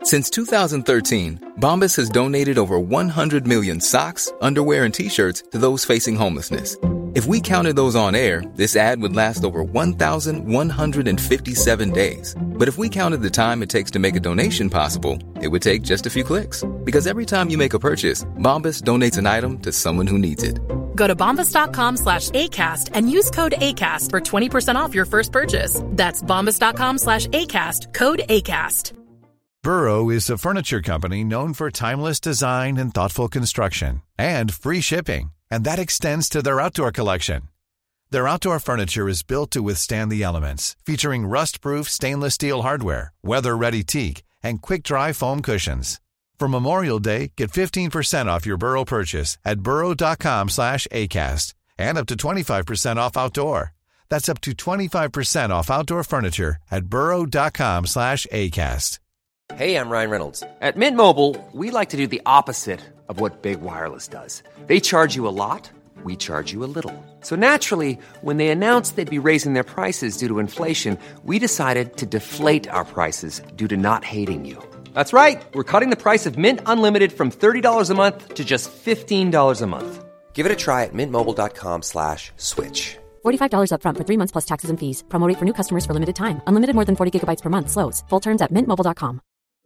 Since 2013, Bombas has donated over 100 million socks, underwear, and T-shirts to those facing homelessness. If we counted those on air, this ad would last over 1,157 days. But if we counted the time it takes to make a donation possible, it would take just a few clicks. Because every time you make a purchase, Bombas donates an item to someone who needs it. Go to bombas.com/ACAST and use code ACAST for 20% off your first purchase. That's bombas.com/ACAST, code ACAST. Burrow is a furniture company known for timeless design and thoughtful construction, and free shipping, and that extends to their outdoor collection. Their outdoor furniture is built to withstand the elements, featuring rust-proof stainless steel hardware, weather-ready teak, and quick-dry foam cushions. For Memorial Day, get 15% off your Burrow purchase at burrow.com/ACAST, and up to 25% off outdoor. That's up to 25% off outdoor furniture at burrow.com/ACAST. Hey, I'm Ryan Reynolds. At Mint Mobile, we like to do the opposite of what Big Wireless does. They charge you a lot, we charge you a little. So naturally, when they announced they'd be raising their prices due to inflation, we decided to deflate our prices due to not hating you. That's right. We're cutting the price of Mint Unlimited from $30 a month to just $15 a month. Give it a try at mintmobile.com/switch. $45 up front for 3 months plus taxes and fees. Promo rate for new customers for limited time. Unlimited more than 40 gigabytes per month. Slows full terms at mintmobile.com.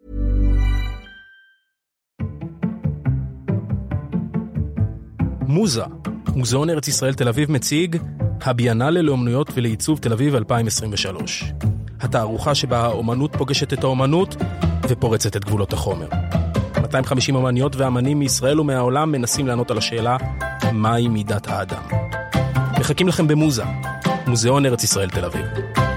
מוזה, מוזיאון ארץ ישראל תל אביב מציג הביאנלה לאומנויות ולעיצוב תל אביב 2023. התערוכה שבה האומנות פוגשת את האומנות ופורצת את גבולות החומר. 250 אומניות ואמנים מישראל ומהעולם מנסים לענות על השאלה מהי מידת האדם. מחכים לכם במוזה, מוזיאון ארץ ישראל תל אביב.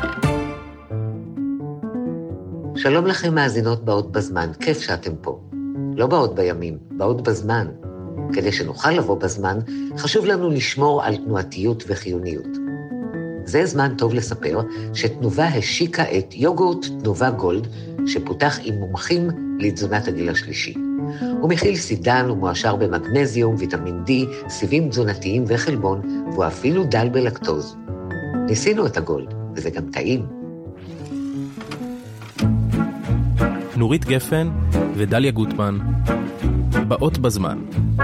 שלום לכם מאזינות באות בזמן, כיף שאתם פה. לא באות בימים, באות בזמן. כדי שנוכל לבוא בזמן, חשוב לנו לשמור על תנועתיות וחיוניות. זה זמן טוב לספר שתנובה השיקה את יוגורט תנובה גולד, שפותח עם מומחים לתזונת הגיל השלישי. הוא מכיל סידן ומועשר במגנזיום, ויטמין D, סיבים תזונתיים וחלבון, והוא אפילו דל בלקטוז. ניסינו את הגולד, וזה גם טעים. נורית גפן ודליה גוטמן, באות בזמן.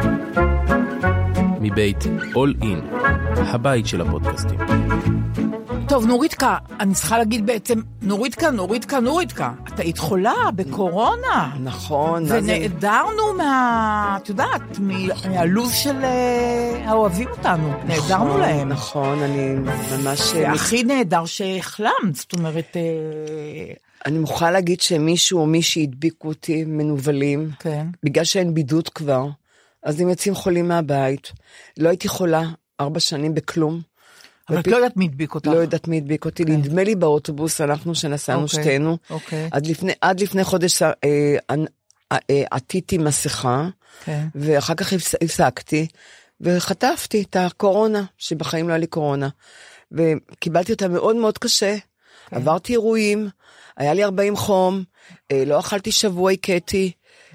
מבית All In, הבית של הפודקאסטים. טוב, נוריתקה, אני צריכה להגיד בעצם, נוריתקה, אתה היית חולה בקורונה. נכון. ונעדרנו את יודעת, מהלוז של האוהבים אותנו. נעדרנו להם. נכון, אני ממש... הכי נעדר שהחלמת, זאת אומרת... אני מוכרחה להגיד שמישהו או מישהי הדביקו אותי מנובלים, כן. בגלל שאין בידוד כבר, אז הם יוצאים חולים מהבית. לא הייתי חולה 4 שנים בכלום. אבל את לא יודעת מי הדביק אותך. לא יודעת מי הדביק אותי, נדמה לי באוטובוס, אנחנו שנסענו שתינו. עד לפני חודש עטיתי מסכה, ואחר כך הפסקתי, וחטפתי את הקורונה, שבחיים לא היה לי קורונה. וקיבלתי אותה מאוד מאוד קשה, עברתי אירועים, היה לי 40 חום, לא אכלתי שבוע, הקטי,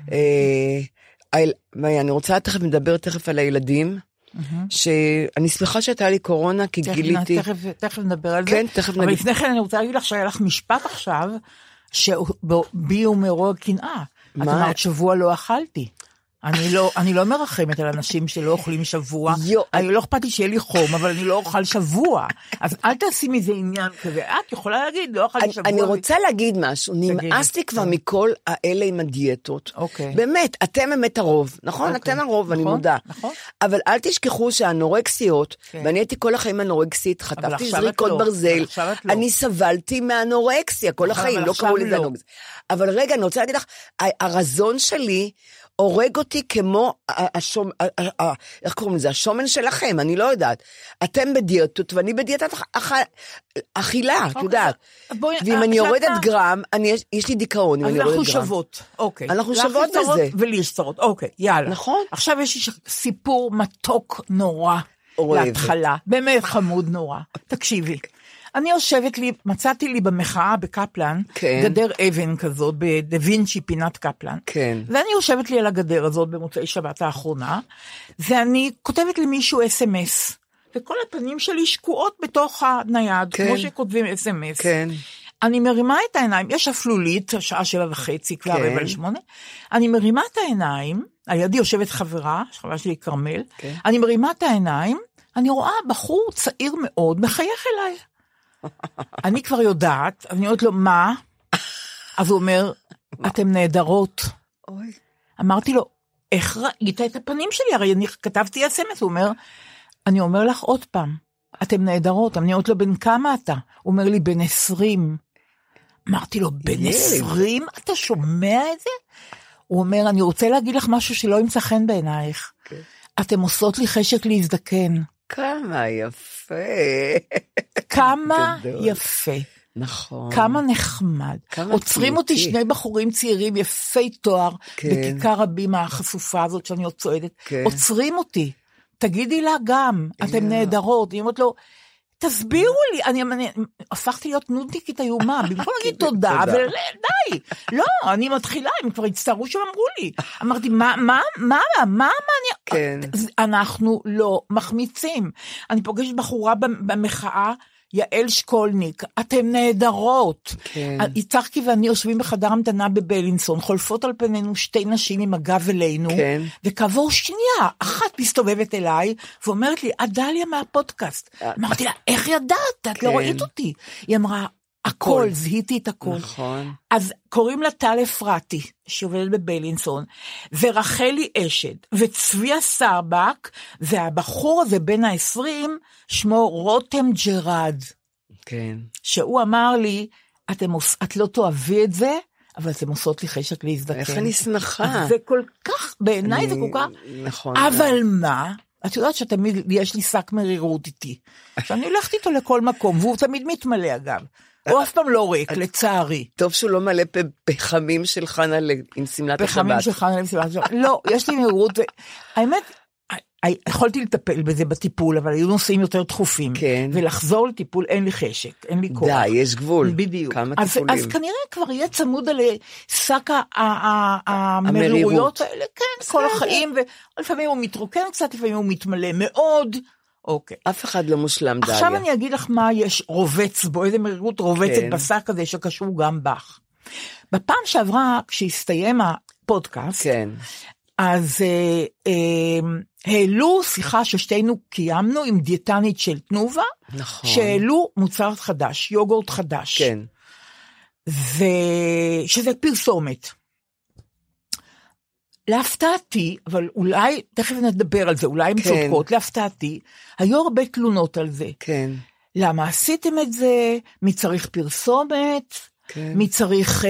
אני רוצה לדבר תכף על הילדים, שאני שמחה שהייתה לי קורונה, כי גיליתי... תכף נדבר על זה. כן, תכף נגיד. אבל לפני כן אני רוצה להגיד לך שהיה לך משפט עכשיו, שבי ומרוע קנאה. את אמרת שבוע לא אכלתי. אני לא מרחמת על אנשים שלא אוכלים שבוע, אני לא אכפת לי שיהיה לי חום, אבל אני לא אוכל שבוע, אז אל תעשי מזה עניין כזה, את יכולה להגיד, לא אכלתי שבוע. אני רוצה להגיד משהו, נמאסתי כבר מכל האלה עם הדיאטות, באמת, אתם באמת הרוב, נכון? אתם הרוב, אני מודה, אבל אל תשכחו שהאנורקסיות, ואני הייתי כל החיים אנורקסית, חטפתי זריקות ברזל, אני סבלתי מהאנורקסיה, כל החיים, לא קראו לי אנורקסיה, אבל רגע, אני רוצה להגיד לך, הרזון שלי, הורג אותי כמו איך קוראים לזה? השומן שלכם, אני לא יודעת. אתם בדיאטות, ואני בדיאטת אכילה, את יודעת. ואם אני יורדת גרם, יש לי דיכאון. אז אנחנו שוות. אוקיי. אנחנו שוות בזה. ולי יש צרות. אוקיי, יאללה. נכון. עכשיו יש לי סיפור מתוק נורא להתחלה. באמת חמוד נורא. תקשיבי. אני יושבת לי, מצאתי לי במחאה בקפלן, גדר אבן כזאת, בדה וינצ'י פינת קפלן, ואני יושבת לי על הגדר הזאת במוצאי שבת האחרונה, ואני כותבת למישהו SMS, וכל הפנים שלי שקועות בתוך הנייד, כמו שכותבים SMS. אני מרימה את העיניים, יש אפלולית, השעה 7:30, כבר 7:45, אני מרימה את העיניים, על ידי יושבת חברה שלי קרמל, אני מרימה את העיניים, אני רואה בחור צעיר מאוד, מחייך אליי. אני כבר יודעת, אני אומרת לו, מה? אז הוא אומר, אתם נהדרות. אמרתי לו, איך ראית את הפנים שלי? הרי אני כתבתי אס-אם-אס, הוא אומר, אני אומר לך עוד פעם, אתם נהדרות. אני אומרת לו, בן כמה אתה? הוא אומר לי, בן 20. אמרתי לו, בן 20? אתה שומע את זה? הוא אומר, אני רוצה להגיד לך משהו שלא ימצא חן בעינייך. אתם עושות לי חשק להזדקן. כמה יפה. כמה יפה. נכון. כמה נחמד. עוצרים אותי שני בחורים צעירים, יפי תואר, בכיכר הבימה החשופה הזאת שאני עוד צועדת. עוצרים אותי. תגידי לה גם, אתם נהדרות. היא אומרת לו, תסבירו לי, אני הפכתי להיות נודניקית איומה, במקום להגיד תודה, ודי, לא, אני מתחילה, הם כבר הצטערו שאמרו לי, אמרתי, מה, אנחנו לא מחמיצים, אני פוגשת בחורה במחאה, יעל שקולניק, אתם נהדרות. יצחקי ואני יושבים בחדר המתנה בבלינסון, חולפות על פנינו שתי נשים עם הגב אלינו, וכעבור שנייה, אחת מסתובבת אליי, ואומרת לי, דליה מהפודקאסט. אמרתי לה, איך ידעת? את לא ראית אותי. היא אמרה, הכל, זיהיתי את הכל. נכון. אז קוראים לה טל אפרתי, שעובדת בבלינסון, ורחלי אשד, וצביה סרבק, והבחור הזה בין ה-20, שמו רותם ג'רד. כן. שהוא אמר לי, את לא תאהבי את זה, אבל אתם עושות לי חשק להזדקן. איך אני שמחה. זה כל כך, בעיניי זה כל כך. נכון. אבל מה? את יודעת שתמיד יש לי שק מרירות איתי, שאני הולכת איתו לכל מקום, והוא תמיד מתמלא אגב. הוא אף פעם לא ריק, לצערי. טוב שהוא לא מלא פחמים של חנה עם סמלת השבת. פחמים של חנה עם סמלת השבת. לא, יש לי מרירות, האמת, יכולתי לטפל בזה בטיפול, אבל היו נושאים יותר דחופים. כן. ולחזור לטיפול, אין לי חשק, אין לי כוח. די, יש גבול. בדיוק. כמה טיפולים. אז כנראה כבר יהיה צמוד על שק המרירויות האלה, כן, כל החיים, ולפעמים הוא מתרוקן קצת, לפעמים הוא מתמלא מאוד. אוקיי. אף אחד לא מושלם, דליה. עכשיו אני אגיד לך מה יש רובץ בו, איזה מרירות רובצת בשק הזה שקשור גם בך. בפעם שעברה, כשהסתיים הפודקאסט, אז העלו שיחה ששתינו קיימנו עם דיאטנית של תנובה, שהעלו מוצר חדש, יוגורט חדש. כן. ושזה פרסומת. להפתעתי, אבל אולי, תכף נדבר על זה, אולי הם צודקות, להפתעתי, היו הרבה תלונות על זה. כן. למה עשיתם את זה? מי צריך פרסומת? כן. מי צריך...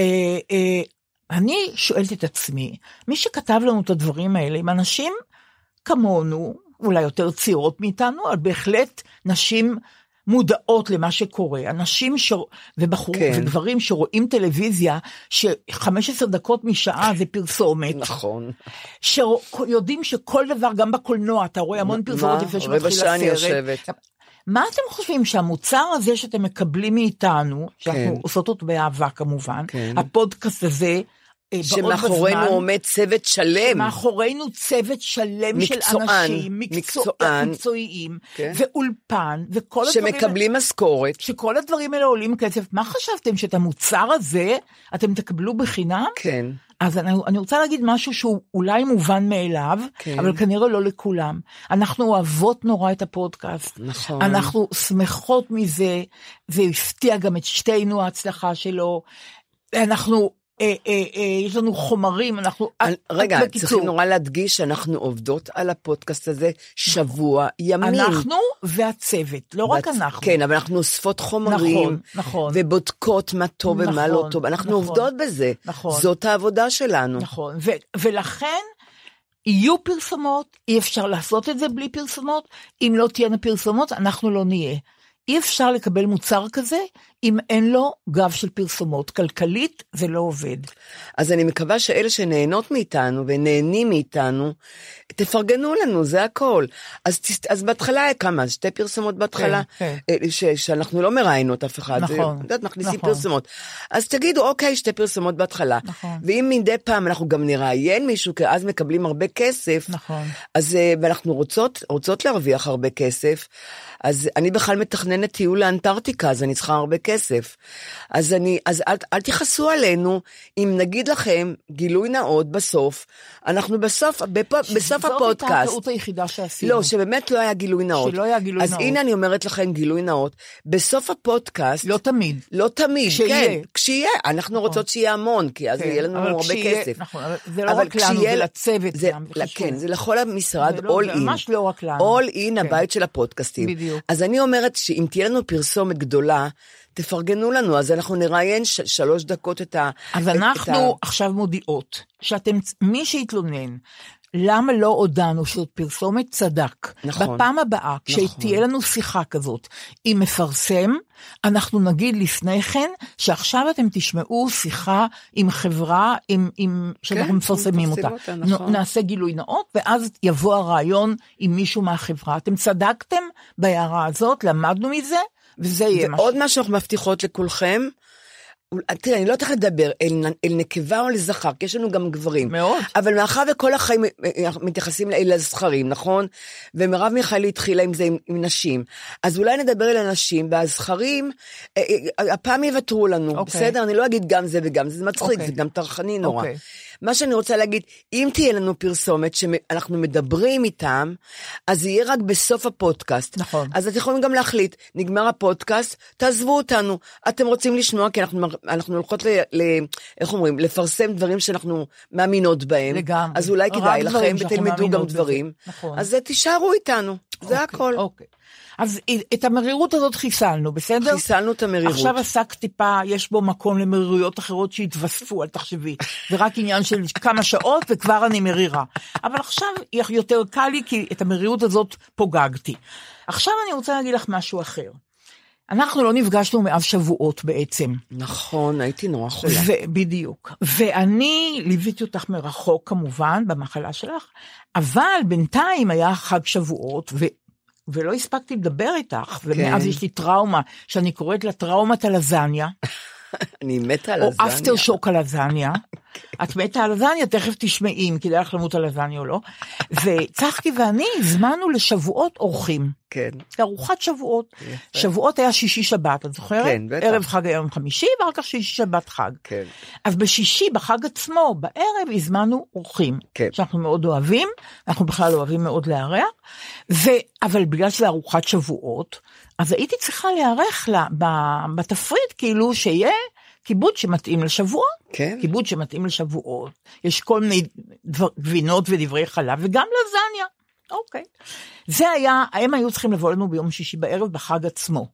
אני שואלת את עצמי, מי שכתב לנו את הדברים האלה, עם אנשים כמונו, אולי יותר צעירות מאיתנו, אבל בהחלט נשים מודעות למה שקורה, אנשים ובחורים וגברים שרואים טלוויזיה, ש15 דקות משעה זה פרסומת. נכון. שיודעים שכל דבר, גם בקולנוע, אתה רואה המון פרסומת לפני שמתחיל הסרט. מה אתם חושבים שהמוצר הזה שאתם מקבלים מאיתנו, שאנחנו עושות אותו באהבה כמובן, הפודקאסט הזה, שמאחורינו עומד צוות שלם. מאחורינו צוות שלם של אנשים, מקצועיים, ואולפן, וכל הדברים... שמקבלים משכורת. שכל הדברים האלה עולים כסף. מה חשבתם, שאת המוצר הזה אתם תקבלו בחינם? כן. אז אני רוצה להגיד משהו שהוא אולי מובן מאליו, אבל כנראה לא לכולם. אנחנו אוהבות נורא את הפודקאסט. נכון. אנחנו שמחות מזה, והפתיע גם את שתינו ההצלחה שלו. אנחנו... יש לנו חומרים, אנחנו... רגע, צריכים נורא להדגיש שאנחנו עובדות על הפודקאסט הזה שבוע ימים. אנחנו והצוות, לא רק אנחנו. כן, אבל אנחנו אוספות חומרים, ובודקות מה טוב ומה לא טוב. אנחנו עובדות בזה. זאת העבודה שלנו. נכון, ולכן יהיו פרסומות, אי אפשר לעשות את זה בלי פרסומות, אם לא תהיינה פרסומות, אנחנו לא נהיה. אי אפשר לקבל מוצר כזה, אם אין לו גב של פרסומות. כלכלית זה לא עובד. אז אני מקווה שאלה שנהנות מאיתנו, ונהנים מאיתנו, תפרגנו לנו, זה הכל. אז בהתחלה כמה? 2 פרסומות בהתחלה? כן. שאנחנו לא מראיינות אף אחד. נכון. מכניסים פרסומות. אז תגידו, אוקיי, 2 פרסומות בהתחלה. נכון. ואם מדי פעם אנחנו גם נראיין מישהו, כי אז מקבלים הרבה כסף. נכון. אז, ואנחנו רוצות להרוויח הרבה כסף. אז אני בכלל מתכננת טיול לאנטארקטיקה, אז אני צריכה הרבה כסף. כסף. אז אל תחסו עלינו, אם נגיד לכם, גילוי נאות בסוף, אנחנו בסוף הפודקאסט. זאת הייתה הטעות היחידה שעשינו. לא, שבאמת לא היה גילוי נאות. שלא היה גילוי נאות. אז הנה אני אומרת לכם גילוי נאות, בסוף הפודקאסט. לא תמיד. לא תמיד, כן. כשיהיה. אנחנו רוצות שיהיה המון, כי אז יהיה לנו הרבה כסף. נכון, זה לא רק לנו, זה לצוות. כן, זה לכל המשרד, all in. ממש לא רק לנו. all in הבית של הפודקאסטים. בדיוק. אז אני אומרת שאם תהיה לנו פרסומת גדולה, תפרגנו לנו, אז אנחנו נראיין 3 דקות את ה... אז אנחנו עכשיו מודיעות, מי שהתלונן, למה לא הודענו שזאת פרסומת צדק? נכון. בפעם הבאה, כשתהיה לנו שיחה כזאת, אם מפרסם, אנחנו נגיד לפני כן, שעכשיו אתם תשמעו שיחה עם חברה, שאנחנו מפרסמים אותה. נכון. נעשה גילוי נאות, ואז יבוא הרעיון עם מישהו מהחברה. אתם צדקתם בהערה הזאת, למדנו מזה, וזה יהיה משהו. ועוד מה שאנחנו מבטיחות לכולכם, תראה, אני לא יודעת לדבר אל נקבה או לזכר, כי יש לנו גם גברים. מאוד. אבל מאחר וכל החיים מתייחסים אל הזכרים, נכון? ומרב מיכאלי התחילה עם זה עם נשים. אז אולי נדבר אל הנשים, והזכרים, הפעם יוותרו לנו. בסדר? אני לא אגיד גם זה וגם זה, זה מצחיק, זה גם תרחני נורא. מה שאני רוצה להגיד, אם תהיה לנו פרסומת שאנחנו מדברים איתם, אז יהיה רק בסוף הפודקאסט. נכון. אז אתם יכולים גם להחליט, נגמר הפודקאסט, תעזבו אותנו. אתם רוצים לשמוע, כי אנחנו הולכות איך אומרים, לפרסם דברים שאנחנו מאמינות בהם. לגמרי. אז אולי כדאי לכם, ותלמדו גם דברים. נכון. אז תישארו איתנו. זה הכל. אוקיי. אז את המרירות הזאת חיסלנו, בסדר? חיסלנו את המרירות. עכשיו עסק טיפה, יש בו מקום למרירויות אחרות שהתווספו, אל תחשבי. זה רק עניין של כמה שעות וכבר אני מרירה. אבל עכשיו יותר קל לי, כי את המרירות הזאת פוגגתי. עכשיו אני רוצה להגיד לך משהו אחר. אנחנו לא נפגשנו מאז שבועות בעצם. נכון, הייתי נורא חולה. בדיוק. ואני ליוויתי אותך מרחוק כמובן, במחלה שלך, אבל בינתיים היה חג שבועות, ולא הספקתי לדבר איתך, ומאז יש לי טראומה, שאני קוראת לה טראומת הלזניה. אני מתה על לזניה. או אפטר שוק על לזניה. את מתה על לזניה, תכף תשמעים, כדאי לך למות על לזניה או לא. וצחקי ואני הזמנו לשבועות אורחים. כן. ארוחת שבועות. שבועות היה שישי שבת, את זוכרת? כן, בטח. ערב חג היום חמישי, ואחר כך שישי שבת חג. כן. אז בשישי, בחג עצמו, בערב, הזמנו אורחים. כן. שאנחנו מאוד אוהבים, אנחנו בכלל אוהבים מאוד להיערך, אבל בגלל שזה ארוחת שבועות, אז הייתי צריכה להיערך לה בתפריט, כאילו שיהיה כיבוד שמתאים לשבועות. כן. כיבוד שמתאים לשבועות. יש כל מיני גבינות ודברי חלב, וגם לזניה. אוקיי. זה היה, הם היו צריכים לבוא לנו ביום שישי בערב בחג עצמו.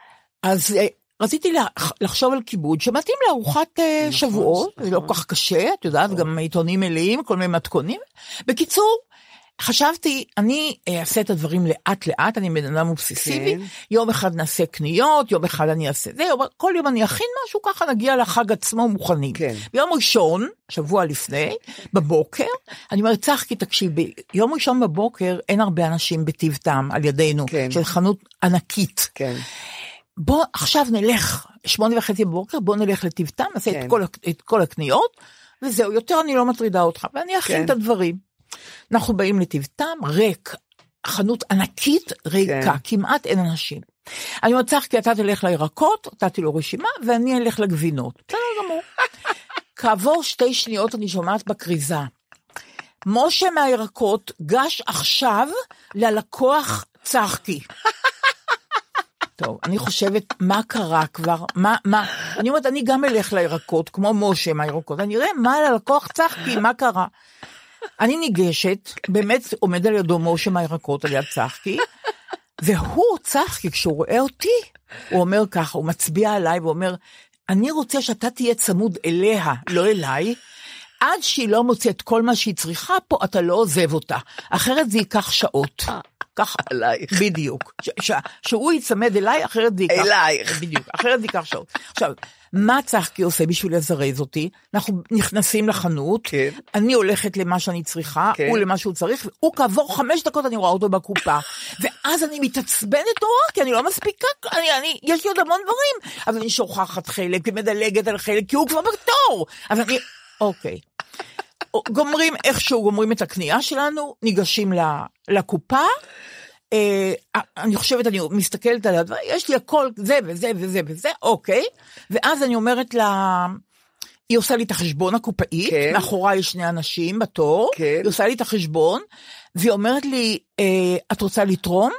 אז רציתי לחשוב על כיבוד שמתאים לארוחת שבועות, זה לא כל כך קשה, את יודעת, גם עיתונים מלאים, כל מיני מתכונים. בקיצור, חשבתי, אני אעשה את הדברים לאט לאט, אני בן אדם אובססיבי, יום אחד נעשה קניות, יום אחד אני אעשה זה, כל יום אני אכין משהו, ככה נגיע לחג עצמו מוכנים. ביום ראשון, שבוע לפני, בבוקר, אני אומרת, צחקי, תקשיב, ביום ראשון בבוקר אין הרבה אנשים בטיב טעם על ידינו, של חנות ענקית. בוא עכשיו נלך, 8:30 בבוקר, בוא נלך לטיב טעם, נעשה את כל הקניות, וזהו, יותר אני לא מטרידה אותך, ואני אכין את הדברים. אנחנו באים לטיב טעם, ריק, חנות ענקית ריקה, כמעט אין אנשים. אני מצח כי אתה תלך לירקות, נתתי לו רשימה, ואני אלך לגבינות. בסדר גמור. כעבור 2 שניות אני שומעת בקריזה. משה מהירקות גש עכשיו ללקוח צחקי. טוב, אני חושבת, מה קרה כבר? אני אומרת, אני גם אלך לירקות, כמו משה מהירקות. אני אראה מה ללקוח צחקי, מה קרה? אני ניגשת, באמת עומד על ידו משה מהירקות, על יד צחקי, והוא צחקי, כשהוא רואה אותי, הוא אומר ככה, הוא מצביע עליי, ואומר, אני רוצה שאתה תהיה צמוד אליה, לא אליי, עד שהיא לא מוצאת כל מה שהיא צריכה פה, אתה לא עוזב אותה, אחרת זה ייקח שעות. ככה עלייך. בדיוק. שהוא יצמד אליי, אחרת זה ייקח. אלייך. בדיוק, אחרת זה ייקח שעות. עכשיו, מה צחקי עושה בשביל לזרז אותי? אנחנו נכנסים לחנות, אני הולכת למה שאני צריכה, הוא למה שהוא צריך, והוא כעבור 5 דקות אני רואה אותו בקופה, ואז אני מתעצבנת נורא, כי אני לא מספיקה, יש לי עוד המון דברים, אז אני שוכחת חלק, ומדלגת על חלק, כי הוא כבר בתור. אז אני, אוקיי. גומרים, איכשהו גומרים את הקנייה שלנו, ניגשים לקופה, אני חושבת, אני מסתכלת על הדבר, יש לי הכל, זה וזה וזה וזה, אוקיי, ואז אני אומרת לה, היא עושה לי את החשבון הקופאית, כן. מאחוריי יש 2 אנשים בתור, כן. היא עושה לי את החשבון, והיא אומרת לי, את רוצה לתרום?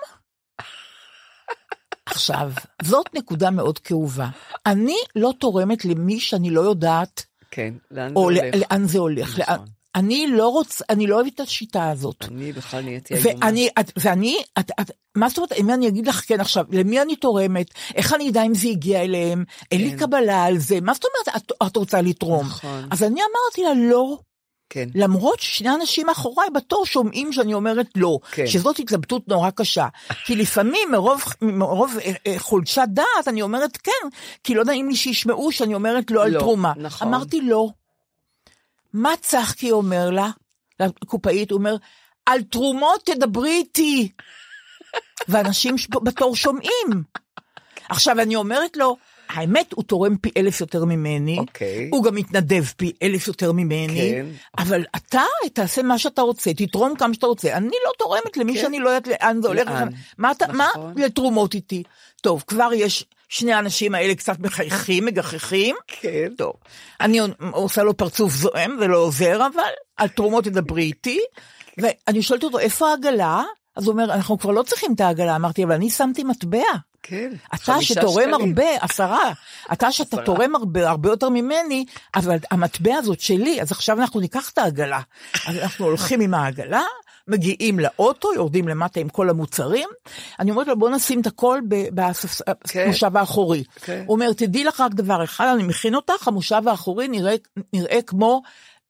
עכשיו, זאת נקודה מאוד כאובה. אני לא תורמת למי שאני לא יודעת, כן, לאן זה הולך. אני לא אוהבת את השיטה הזאת. אני בכלל נהייתי איומה. מה זאת אומרת, אם אני אגיד לך, כן, עכשיו, למי אני תורמת? איך אני יודע אם זה הגיע אליהם? אין לי קבלה על זה. מה זאת אומרת, את רוצה לתרום? אז אני אמרתי לה, לא. למרות ש2 אנשים אחוריי בתור שומעים שאני אומרת לא, שזאת התלבטות נורא קשה. כי לפעמים מרוב חולשת דעת אני אומרת כן, כי לא נעים לי שישמעו שאני אומרת לא על תרומה. אמרתי לא. מה צחקי אומר לה? לקופאית, הוא אומר, על תרומות תדברי איתי. ואנשים בתור שומעים. עכשיו אני אומרת לו, האמת, הוא תורם פי 1000 יותר ממני, הוא גם מתנדב פי 1000 יותר ממני, אבל אתה תעשה מה שאתה רוצה, תתרום כמה שאתה רוצה, אני לא תורמת למי שאני לא יודעת לאן זה הולך, מה לתרומות איתי? טוב, כבר יש 2 האנשים האלה קצת מחייכים, מגחכים, טוב, אני עושה לו פרצוף זועם ולא עוזר, אבל על תרומות תדברי איתי, ואני שואלת אותו, איפה העגלה? אז הוא אומר, אנחנו כבר לא צריכים את העגלה, אמרתי, אבל אני שמתי מטבע. כן. אתה שתורם הרבה, 10, אתה שאתה תורם הרבה יותר ממני, אבל המטבע הזאת שלי, אז עכשיו אנחנו ניקח את העגלה. אז אנחנו הולכים עם העגלה, מגיעים לאוטו, יורדים למטה עם כל המוצרים, אני אומרת לו, בוא נשים את הכל במושב האחורי. הוא אומר, תדעי לך רק דבר אחד, אני מכין אותך, המושב האחורי נראה כמו,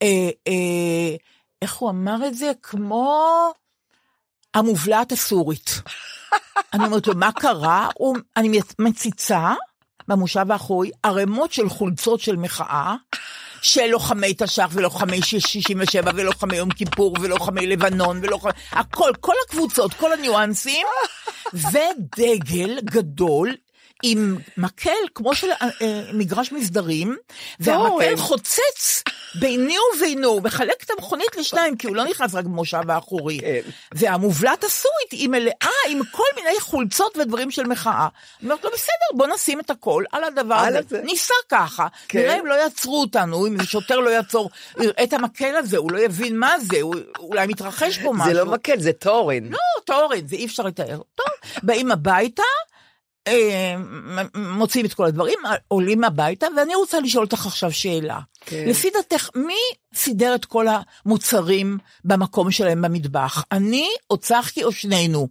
איך הוא אמר את זה? כמו המובלעת הסורית. אני אומרת לו, מה קרה? אני מציצה במושב האחורי, ערימות של חולצות של מחאה, של לוחמי תש"ח ולוחמי 67 ולוחמי יום כיפור ולוחמי לבנון, הכל, כל הקבוצות, כל הניואנסים, ודגל גדול, עם מקל, כמו של מגרש מסדרים, והמקל חוצץ ביני ובינו, מחלק את המכונית לשניים, כי הוא לא נכנס רק במושב האחורי. והמובלעת הסורית היא מלאה עם כל מיני חולצות ודברים של מחאה. אני אומרת לו, בסדר, בוא נשים את הכל על הדבר הזה. ניסה ככה, נראה אם לא יעצרו אותנו, אם שוטר לא יעצור, יראה את המקל הזה, הוא לא יבין מה זה, הוא אולי מתרחש פה משהו. זה לא מקל, זה תורן. לא, תורן, זה אי אפשר לתאר. טוב, באים הביתה, מוצאים את כל הדברים, עולים הביתה, ואני רוצה לשאול אותך עכשיו שאלה. לפי דעתך, מי סידר את כל המוצרים במקום שלהם במטבח? אני או צחקי או שנינו?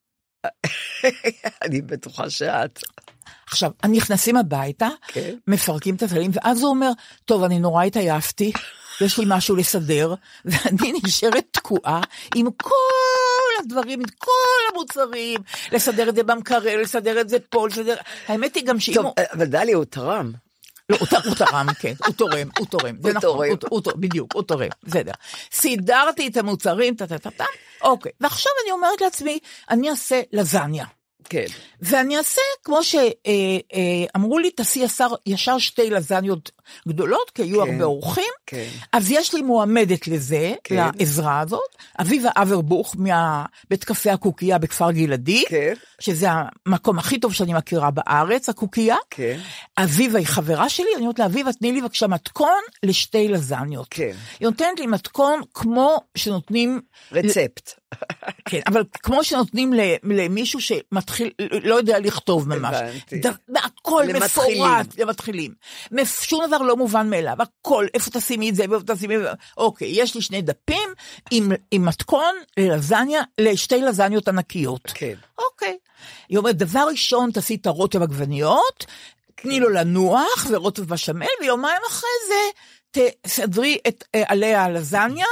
אני בטוחה שאת. עכשיו, נכנסים הביתה, מפרקים את הסלים, ואז הוא אומר, טוב, אני נורא התעייפתי, יש לי משהו לסדר, ואני נשארת תקועה עם כל הדברים, עם כל המוצרים, לסדר את זה במקרר, לסדר את זה פה, לסדר... האמת היא גם שאם... טוב, אבל דלי, הוא תרם. לא, הוא תרם, כן, הוא תורם. זה נכון, בדיוק, הוא תורם, בסדר. סידרתי את המוצרים, אוקיי, ועכשיו אני אומרת לעצמי, אני אעשה לזניה. כן. ואני אעשה, כמו שאמרו לי, תעשי ישר 2 לזניות גדולות, כי היו הרבה אורחים, אז יש לי מועמדת לזה, לעזרה הזאת, אביבה אברבוך, מהבית קפה הקוקייה בכפר גלעדי, שזה המקום הכי טוב שאני מכירה בארץ, הקוקייה, אביבה היא חברה שלי, אני אומרת לה, אביבה, תני לי בבקשה מתכון ל2 לזניות. היא נותנת לי מתכון כמו שנותנים... רצפט. כן, אבל כמו שנותנים למישהו שמתחיל, לא יודע לכתוב ממש. הכל מפורט למתחילים. שום דבר לא מובן מאליו. הכל, איפה תשימי את זה, ואיפה תשימי את זה. אוקיי, יש לי 2 דפים עם מתכון ללזניה, ל2 לזניות ענקיות. כן. אוקיי. היא אומרת, דבר ראשון, תעשי את הרוטב עגבניות, תני לו לנוח, ורוטב בשמל, ויומיים אחרי זה, תסדרי עליה לזניה,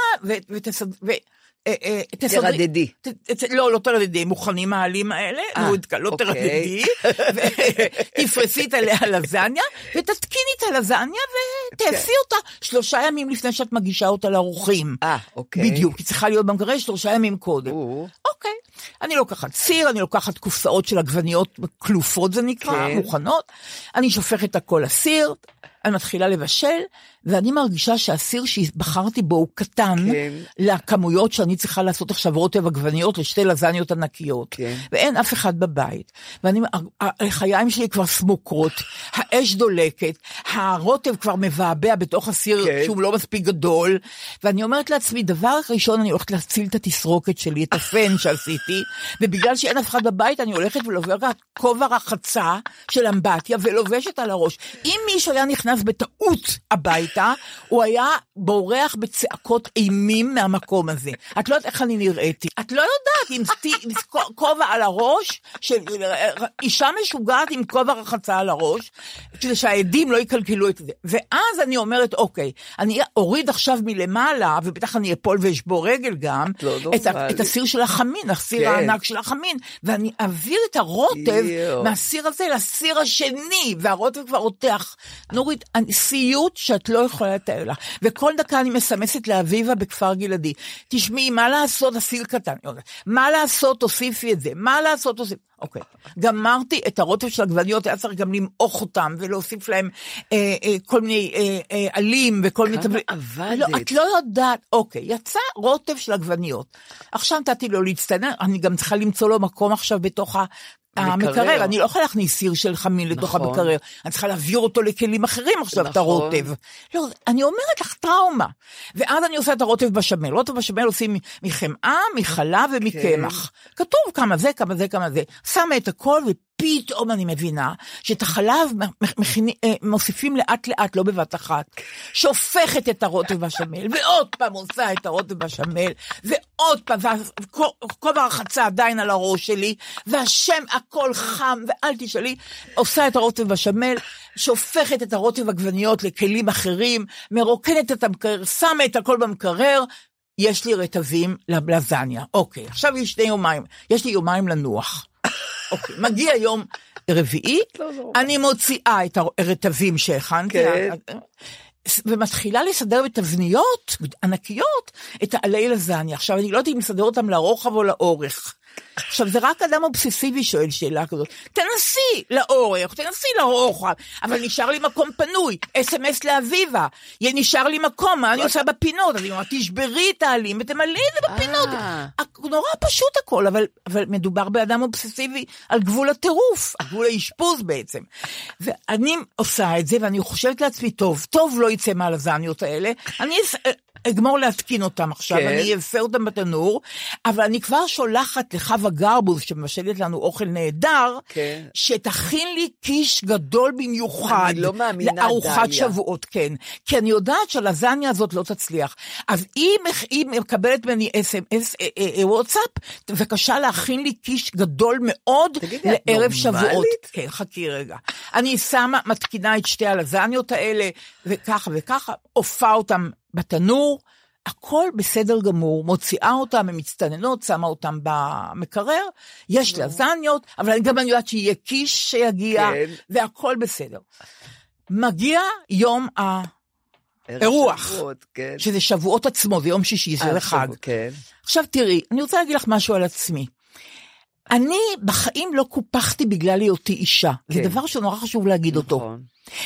תרדדי. לא תרדדי, מוכנים מעלים האלה, לא תרדדי, תפרסית עליה לזניה, ותתקיני את הלזניה, ותאפי אותה 3 ימים לפני שאת מגישה אותה לאורחים. אוקיי. בדיוק, היא צריכה להיות במקרר 3 ימים קודם. אוקיי. אני לוקחת סיר, אני לוקחת קופסאות של עגבניות כלופות, זה נקרא, מוכנות, אני שופכת הכל לסיר, אני מתחילה לבשל, ואני מרגישה שהסיר שבחרתי בו הוא קטן, לכמויות שאני צריכה לעשות עכשיו רוטב עגבניות, לשתי לזניות ענקיות, ואין אף אחד בבית, החיים שלי כבר סמוקרות, האש דולקת, הרוטב כבר מבעבע בתוך הסיר, שהוא לא מספיק גדול, ואני אומרת לעצמי, דבר ראשון, אני הולכת להציל את התסרוקת שלי, את הפן שעשיתי, ובגלל שאין אף אחד בבית, אני הולכת ולוברת כובע רחצה של אמבטיה, ולובשת על הראש. אם מישהו היה נכנס בטעות הביתה, הוא היה בורח בצעקות אימים מהמקום הזה. את לא יודעת איך אני נראיתי. את לא יודעת עם כובע על הראש, של אישה משוגעת עם כובע רחצה על הראש, כדי שהעדים לא יקלקלו את זה. ואז אני אומרת, אוקיי, אני אוריד עכשיו מלמעלה, ובטח אני אפול ואשבור רגל גם, את הסיר של החמין, הסיר הענק של החמין, ואני אעביר את הרוטב מהסיר הזה לסיר השני, והרוטב כבר רותח. נורית, סיוט שאת לא יכולה לתאר לך. וכל דקה אני מסמסת לאביבה בכפר גלעדי. תשמעי, מה לעשות, הסיר קטן. מה לעשות, תוסיפי את זה. מה לעשות, תוסיפי. אוקיי. גמרתי את הרוטב של הגווניות, היה צריך גם למעוך אותם, ולהוסיף להם כל מיני עלים, וכל מיני... כמה עבדת. לא, את לא יודעת. אוקיי, יצא רוטב של הגווניות. עכשיו נתתי לו להצטנן, אני גם צריכה למצוא לו מקום עכשיו בתוך המקרר, אני לא יכולה להכניס סיר של חמין לתוך המקרר, אני צריכה להעביר אותו לכלים אחרים עכשיו, את הרוטב. לא, אני אומרת לך טראומה. ואז אני עושה את הרוטב בשמל. רוטב בשמל עושים מחמאה, מחלב ומקמח. כתוב כמה זה, כמה זה, כמה זה. שמה את הכל ופתאום אני מבינה שאת החלב מוסיפים לאט לאט, לא בבת אחת. שופכת את הרוטב בשמל, ועוד פעם עושה את הרוטב בשמל, ועוד פעם, כובע הרחצה עדיין על הראש שלי, והשם הכל חם, ואל תשאלי, עושה את הרוטב בשמל, שופכת את הרוטב עגבניות לכלים אחרים, מרוקנת את המקרר, שמה את הכל במקרר, יש לי רטבים ללזניה. אוקיי, עכשיו יש לי יומיים לנוח. אוקיי, מגיע יום רביעי, אני מוציאה את הרטבים שהכנתי, ומתחילה לסדר בתבניות ענקיות את העלי לזניה. עכשיו, אני לא יודעת אם לסדר אותם לרוחב או לאורך. עכשיו, זה רק אדם אובססיבי שואל שאלה כזאת. תנסי לאורך, תנסי לרוחב, אבל נשאר לי מקום פנוי. SMS לאביבה, נשאר לי מקום, מה אני עושה בפינות? אני אומרת, תשברי את העלים ותמלאי את זה בפינות. נורא פשוט הכל, אבל מדובר באדם אובססיבי על גבול הטירוף, על גבול האשפוז בעצם. ואני עושה את זה, ואני חושבת לעצמי, טוב לא יצא מהלזניות האלה, אני אגמור להתקין אותם עכשיו, אני אעשה אותם בתנור, אבל אני כבר שולחת לחווה גרבוז, שמבשלת לנו אוכל נהדר, שתכין לי קיש גדול במיוחד, אני לא מאמינה לארוחת שבועות, כן, כי אני יודעת שהלזניה הזאת לא תצליח, אז היא מקבלת ממני SMS, וואטסאפ, בבקשה להכין לי קיש גדול מאוד, לערב שבועות, כן, חכי רגע, אני שמה, מתקינה את שתי הלזניות האלה, וככה וככה, הופעה אותם בתנור, הכל בסדר גמור, מוציאה אותם, הן מצטננות, שמה אותם במקרר, יש לזניות, אבל גם אני יודעת שיהיה קיש שיגיע, והכל בסדר. מגיע יום האירוח, שזה שבועות עצמו, זה יום שישי, זה לחג. עכשיו תראי, אני רוצה להגיד לך משהו על עצמי. אני בחיים לא קופחתי בגלל היותי אישה, זה דבר שנורא חשוב להגיד אותו.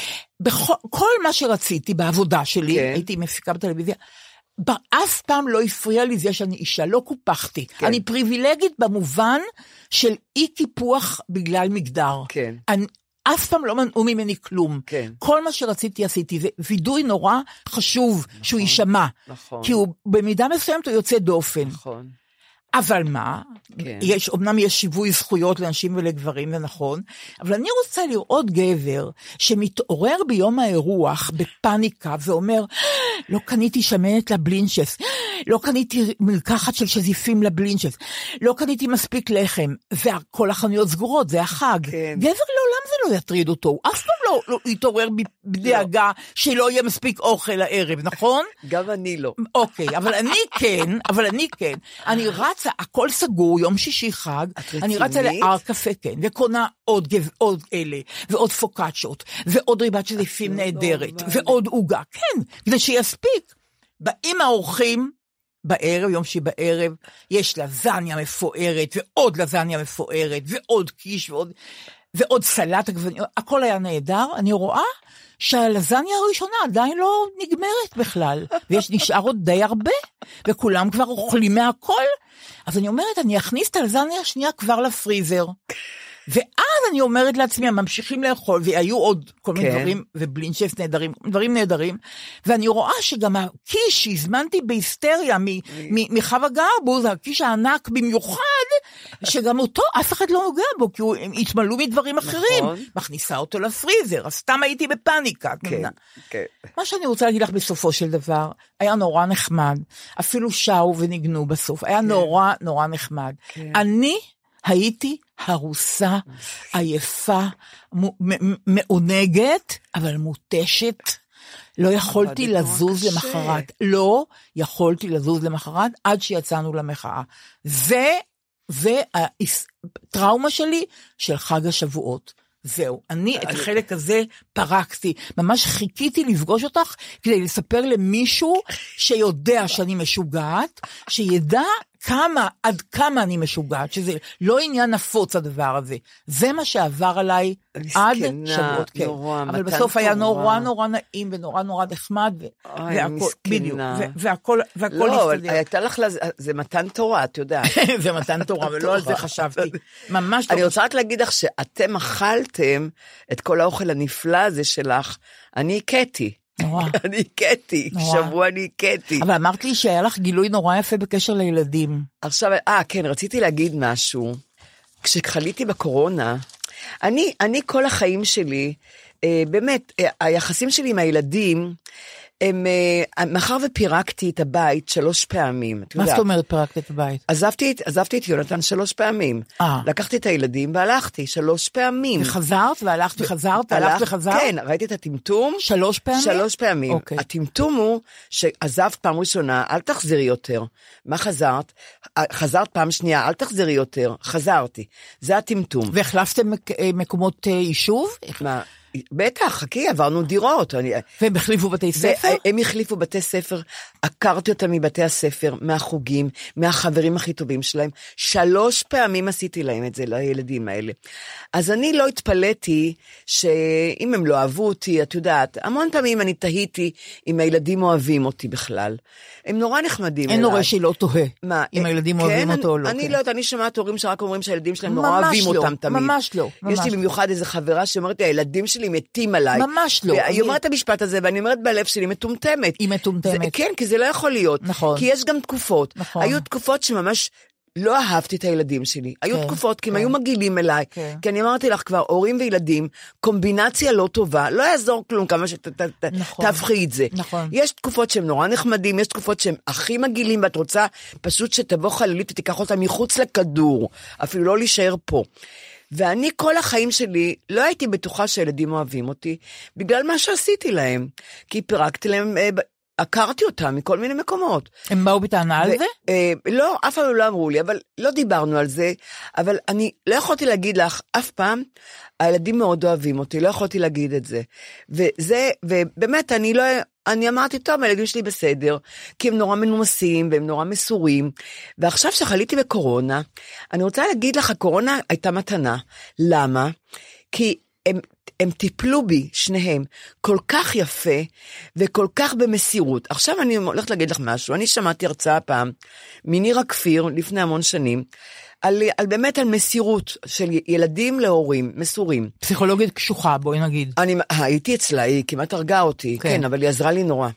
כל מה שרציתי בעבודה שלי, הייתי מפיקה בטלוויזיה, אף פעם לא הפריע לי זה שאני אישה, לא קופחתי. אני פריבילגית במובן של אי קיפוח בגלל מגדר. אף פעם לא מנעו ממני כלום. כל מה שרציתי עשיתי, זה וידוי נורא חשוב שהוא יישמע, כי הוא במידה מסוימת הוא יוצא דופן. אבל מה, אומנם יש שיווי זכויות לאנשים ולגברים, זה נכון, אבל אני רוצה לראות גבר שמתעורר ביום האירוח בפניקה ואומר, לא קניתי שמנת לבלינצ'ס, לא קניתי מלקחת של שזיפים לבלינצ'ס, לא קניתי מספיק לחם, וכל החנויות סגורות, זה החג. גבר לעולם זה לא יטריד אותו, הוא אף פעם לא יתעורר בדאגה שלא יהיה מספיק אוכל לערב, נכון? גם אני לא. אוקיי, אבל אני כן, אני רצה, הכל סגור, יום שישי חג, אני רצה לאר קפה, כן, וקונה עוד אלה, ועוד פוקאצ'ות, ועוד ריבת שזיפים נהדרת, ועוד עוגה, כן, כדי שיספיק. באים האורחים, בערב, יום שבערב, יש לזניה מפוארת, ועוד לזניה מפוארת, ועוד קיש, ועוד סלט עגבניות, הכל היה נהדר, אני רואה שהלזניה הראשונה עדיין לא נגמרת בכלל, נשאר עוד די הרבה, וכולם כבר אוכלים מהכל, אז אני אומרת, אני אכניס את הלזניה השנייה כבר לפריזר, ואז אני אומרת לעצמי, הם ממשיכים לאכול, והיו עוד כל מיני דברים, ובלינצ'ס נהדרים, דברים נהדרים, ואני רואה שגם הקיש שהזמנתי בהיסטריה מחווה גרבוז, הקיש הענק במיוחד, שגם אותו אף אחד לא נוגע בו, כי הוא התמלאו מדברים אחרים, מכניסה אותו לפריזר, אז סתם הייתי בפאניקה. מה שאני רוצה להגיד לך בסופו של דבר, היה נורא נחמד, אפילו שרו ונגנו בסוף, היה נורא נורא נחמד. אני הייתי הרוסה, עייפה, מעונגת, אבל מותשת. לא יכולתי לזוז למחרת. לא יכולתי לזוז למחרת עד שיצאנו למחאה. זה הטראומה שלי של חג השבועות. זהו, אני את החלק הזה פרקתי, ממש חיכיתי לפגוש אותך כדי לספר למישהו שיודע שאני משוגעת, שידע עד כמה אני משוגעת, שזה לא עניין נפוץ הדבר הזה, זה מה שעבר עליי עד שבועות, כן. אבל בסוף היה נורא נורא נעים ונורא נורא נחמד, והכל לא, הייתה לך, זה מתן תורה, את יודעת. זה מתן תורה, ולא על זה חשבתי. ממש אני רוצה רק להגיד לך שאתם אכלתם את כל האוכל הנפלא הזה שלך, אני קטי. אני קטי, שבוע אני קטי. אבל אמרת לי שהיה לך גילוי נורא יפה בקשר לילדים. עכשיו, כן, רציתי להגיד משהו. כשחליתי בקורונה, אני כל החיים שלי, באמת, היחסים שלי עם הילדים, מאחר ופירקתי את הבית 3 פעמים. מה זאת אומרת פירקת את הבית? עזבתי את יונתן 3 פעמים. לקחתי את הילדים והלכתי 3 פעמים. וחזרת והלכת וחזרת, הלכת וחזרת? כן, ראיתי את הטמטום. 3 פעמים? 3 פעמים. הטמטום הוא שעזבת פעם ראשונה, אל תחזרי יותר. מה חזרת? חזרת פעם שנייה, אל תחזרי יותר. חזרתי. זה הטמטום. והחלפתם מקומות יישוב? מה? בטח, חכי, עברנו דירות. והם החליפו בתי ספר? הם החליפו בתי ספר, הכרתי אותם מבתי הספר, מהחוגים, מהחברים הכי טובים שלהם. 3 פעמים עשיתי להם את זה, לילדים האלה. אז אני לא התפלאתי שאם הם לא אהבו אותי, את יודעת, המון פעמים אני תהיתי אם הילדים אוהבים אותי בכלל. הם נורא נחמדים. אין הורה שלא תוהה אם הילדים אוהבים אותו או לא. אני לא יודעת, אני שמעת הורים שרק אומרים שהילדים שלהם נורא אוהבים אותם תמיד. ממש לא. יש לי במיוחד איזו חברה שאומרת לי, הילדים שלי מתים עליי. ממש לא. והיא אומרת את המשפט הזה, ואני אומרת בלב שלי, מטומטמת. היא מטומטמת. כן, כי זה לא יכול להיות. נכון. כי יש גם תקופות. נכון. היו תקופות שממש לא אהבתי את הילדים שלי. היו תקופות, כי הם היו מגילים אליי. כי אני אמרתי לך כבר, הורים וילדים, קומבינציה לא טובה, לא יעזור כלום כמה שתהפכי את זה. נכון. יש תקופות שהם נורא נחמדים, יש תקופות שהם הכי מגילים, ואת רוצה פשוט שתבוא חללית ותיקח אותם מחוץ לכדור, אפילו לא להישאר פה. ואני כל החיים שלי לא הייתי בטוחה שהילדים אוהבים אותי, בגלל מה שעשיתי להם. כי פירקתי להם, הכרתי אותם מכל מיני מקומות. הם באו בטענה על זה? לא, אף פעם לא אמרו לי, אבל לא דיברנו על זה, אבל אני לא יכולתי להגיד לך אף פעם, הילדים מאוד אוהבים אותי, לא יכולתי להגיד את זה. ובאמת אני אמרתי, טוב, הילדים שלי בסדר, כי הם נורא מנומסים, והם נורא מסורים, ועכשיו שחליתי בקורונה, אני רוצה להגיד לך, הקורונה הייתה מתנה. למה? כי הם טיפלו בי, שניהם, כל כך יפה, וכל כך במסירות. עכשיו אני הולכת להגיד לך משהו, אני שמעתי הרצאה פעם, מנירה כפיר, לפני המון שנים, באמת על מסירות של ילדים להורים, מסורים. פסיכולוגית קשוחה, בואי נגיד. הייתי אצלה, היא כמעט הרגה אותי, כן, אבל היא עזרה לי נורא.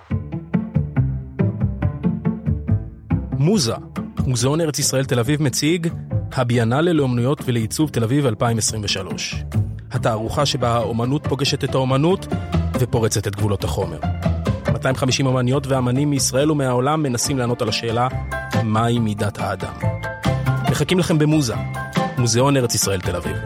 מוזה, מוזיאון ארץ ישראל תל אביב מציג, הביאנלה לאומנויות ולעיצוב תל אביב 2023. התערוכה שבה האומנות פוגשת את האומנות ופורצת את גבולות החומר. 250 אומניות ואמנים מישראל ומהעולם מנסים לענות על השאלה, מהי מידת האדם? מחכים לכם במוזה, מוזיאון ארץ ישראל תל אביב.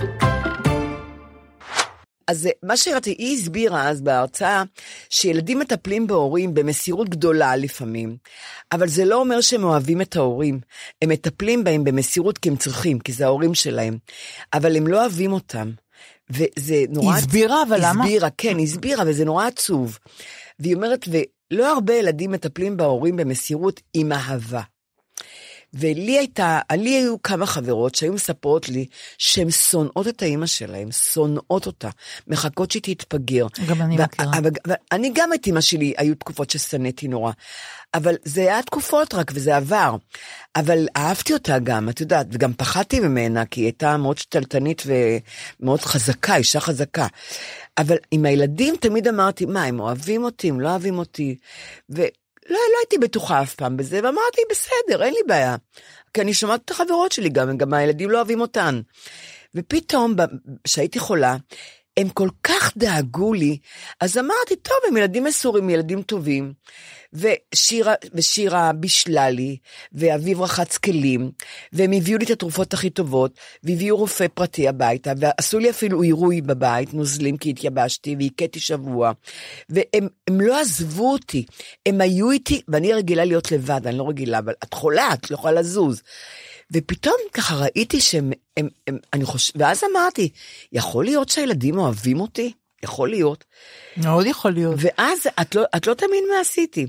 אז מה שראיתי, היא הסבירה אז בהרצאה, שילדים מטפלים בהורים במסירות גדולה לפעמים, אבל זה לא אומר שהם אוהבים את ההורים, הם מטפלים בהם במסירות כי הם צריכים, כי זה ההורים שלהם, אבל הם לא אוהבים אותם. וזה נורא... הסבירה, אבל למה? הסבירה, וזה נורא עצוב. והיא אומרת, ולא הרבה ילדים מטפלים בהורים במסירות עם אהבה. לי היו כמה חברות שהיו מספרות לי שהן שונאות את האמא שלהן, שונאות אותה, מחכות שהיא תתפגר. גם אני מכירה. אני גם את אמא שלי, היו תקופות ששנאתי נורא, אבל זה היה תקופות רק, וזה עבר. אבל אהבתי אותה גם, את יודעת, וגם פחדתי ממנה, כי היא הייתה מאוד שתלטנית ומאוד חזקה, אישה חזקה. אבל עם הילדים תמיד אמרתי, מה, הם אוהבים אותי, הם לא אוהבים אותי, לא הייתי בטוחה אף פעם בזה, ואמרתי, בסדר, אין לי בעיה. כי אני שומעת את החברות שלי גם הילדים לא אוהבים אותן. ופתאום, כשהייתי חולה, הם כל כך דאגו לי, אז אמרתי, טוב, הם ילדים מסורים, ילדים טובים, ושירה בישלה לי, ואביב רחץ כלים, והם הביאו לי את התרופות הכי טובות, והביאו רופא פרטי הביתה, ועשו לי אפילו עירוי בבית, נוזלים כי התייבשתי, והקטתי שבוע, והם לא עזבו אותי, הם היו איתי, ואני רגילה להיות לבד, אני לא רגילה, אבל את חולה, את לא יכולה לזוז, ופתאום ככה ראיתי אני חושב, ואז אמרתי, יכול להיות שהילדים אוהבים אותי? יכול להיות. מאוד יכול להיות. ואז את לא תמיד מה עשיתי.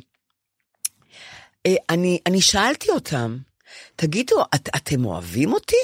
אני שאלתי אותם, תגידו, אתם אוהבים אותי?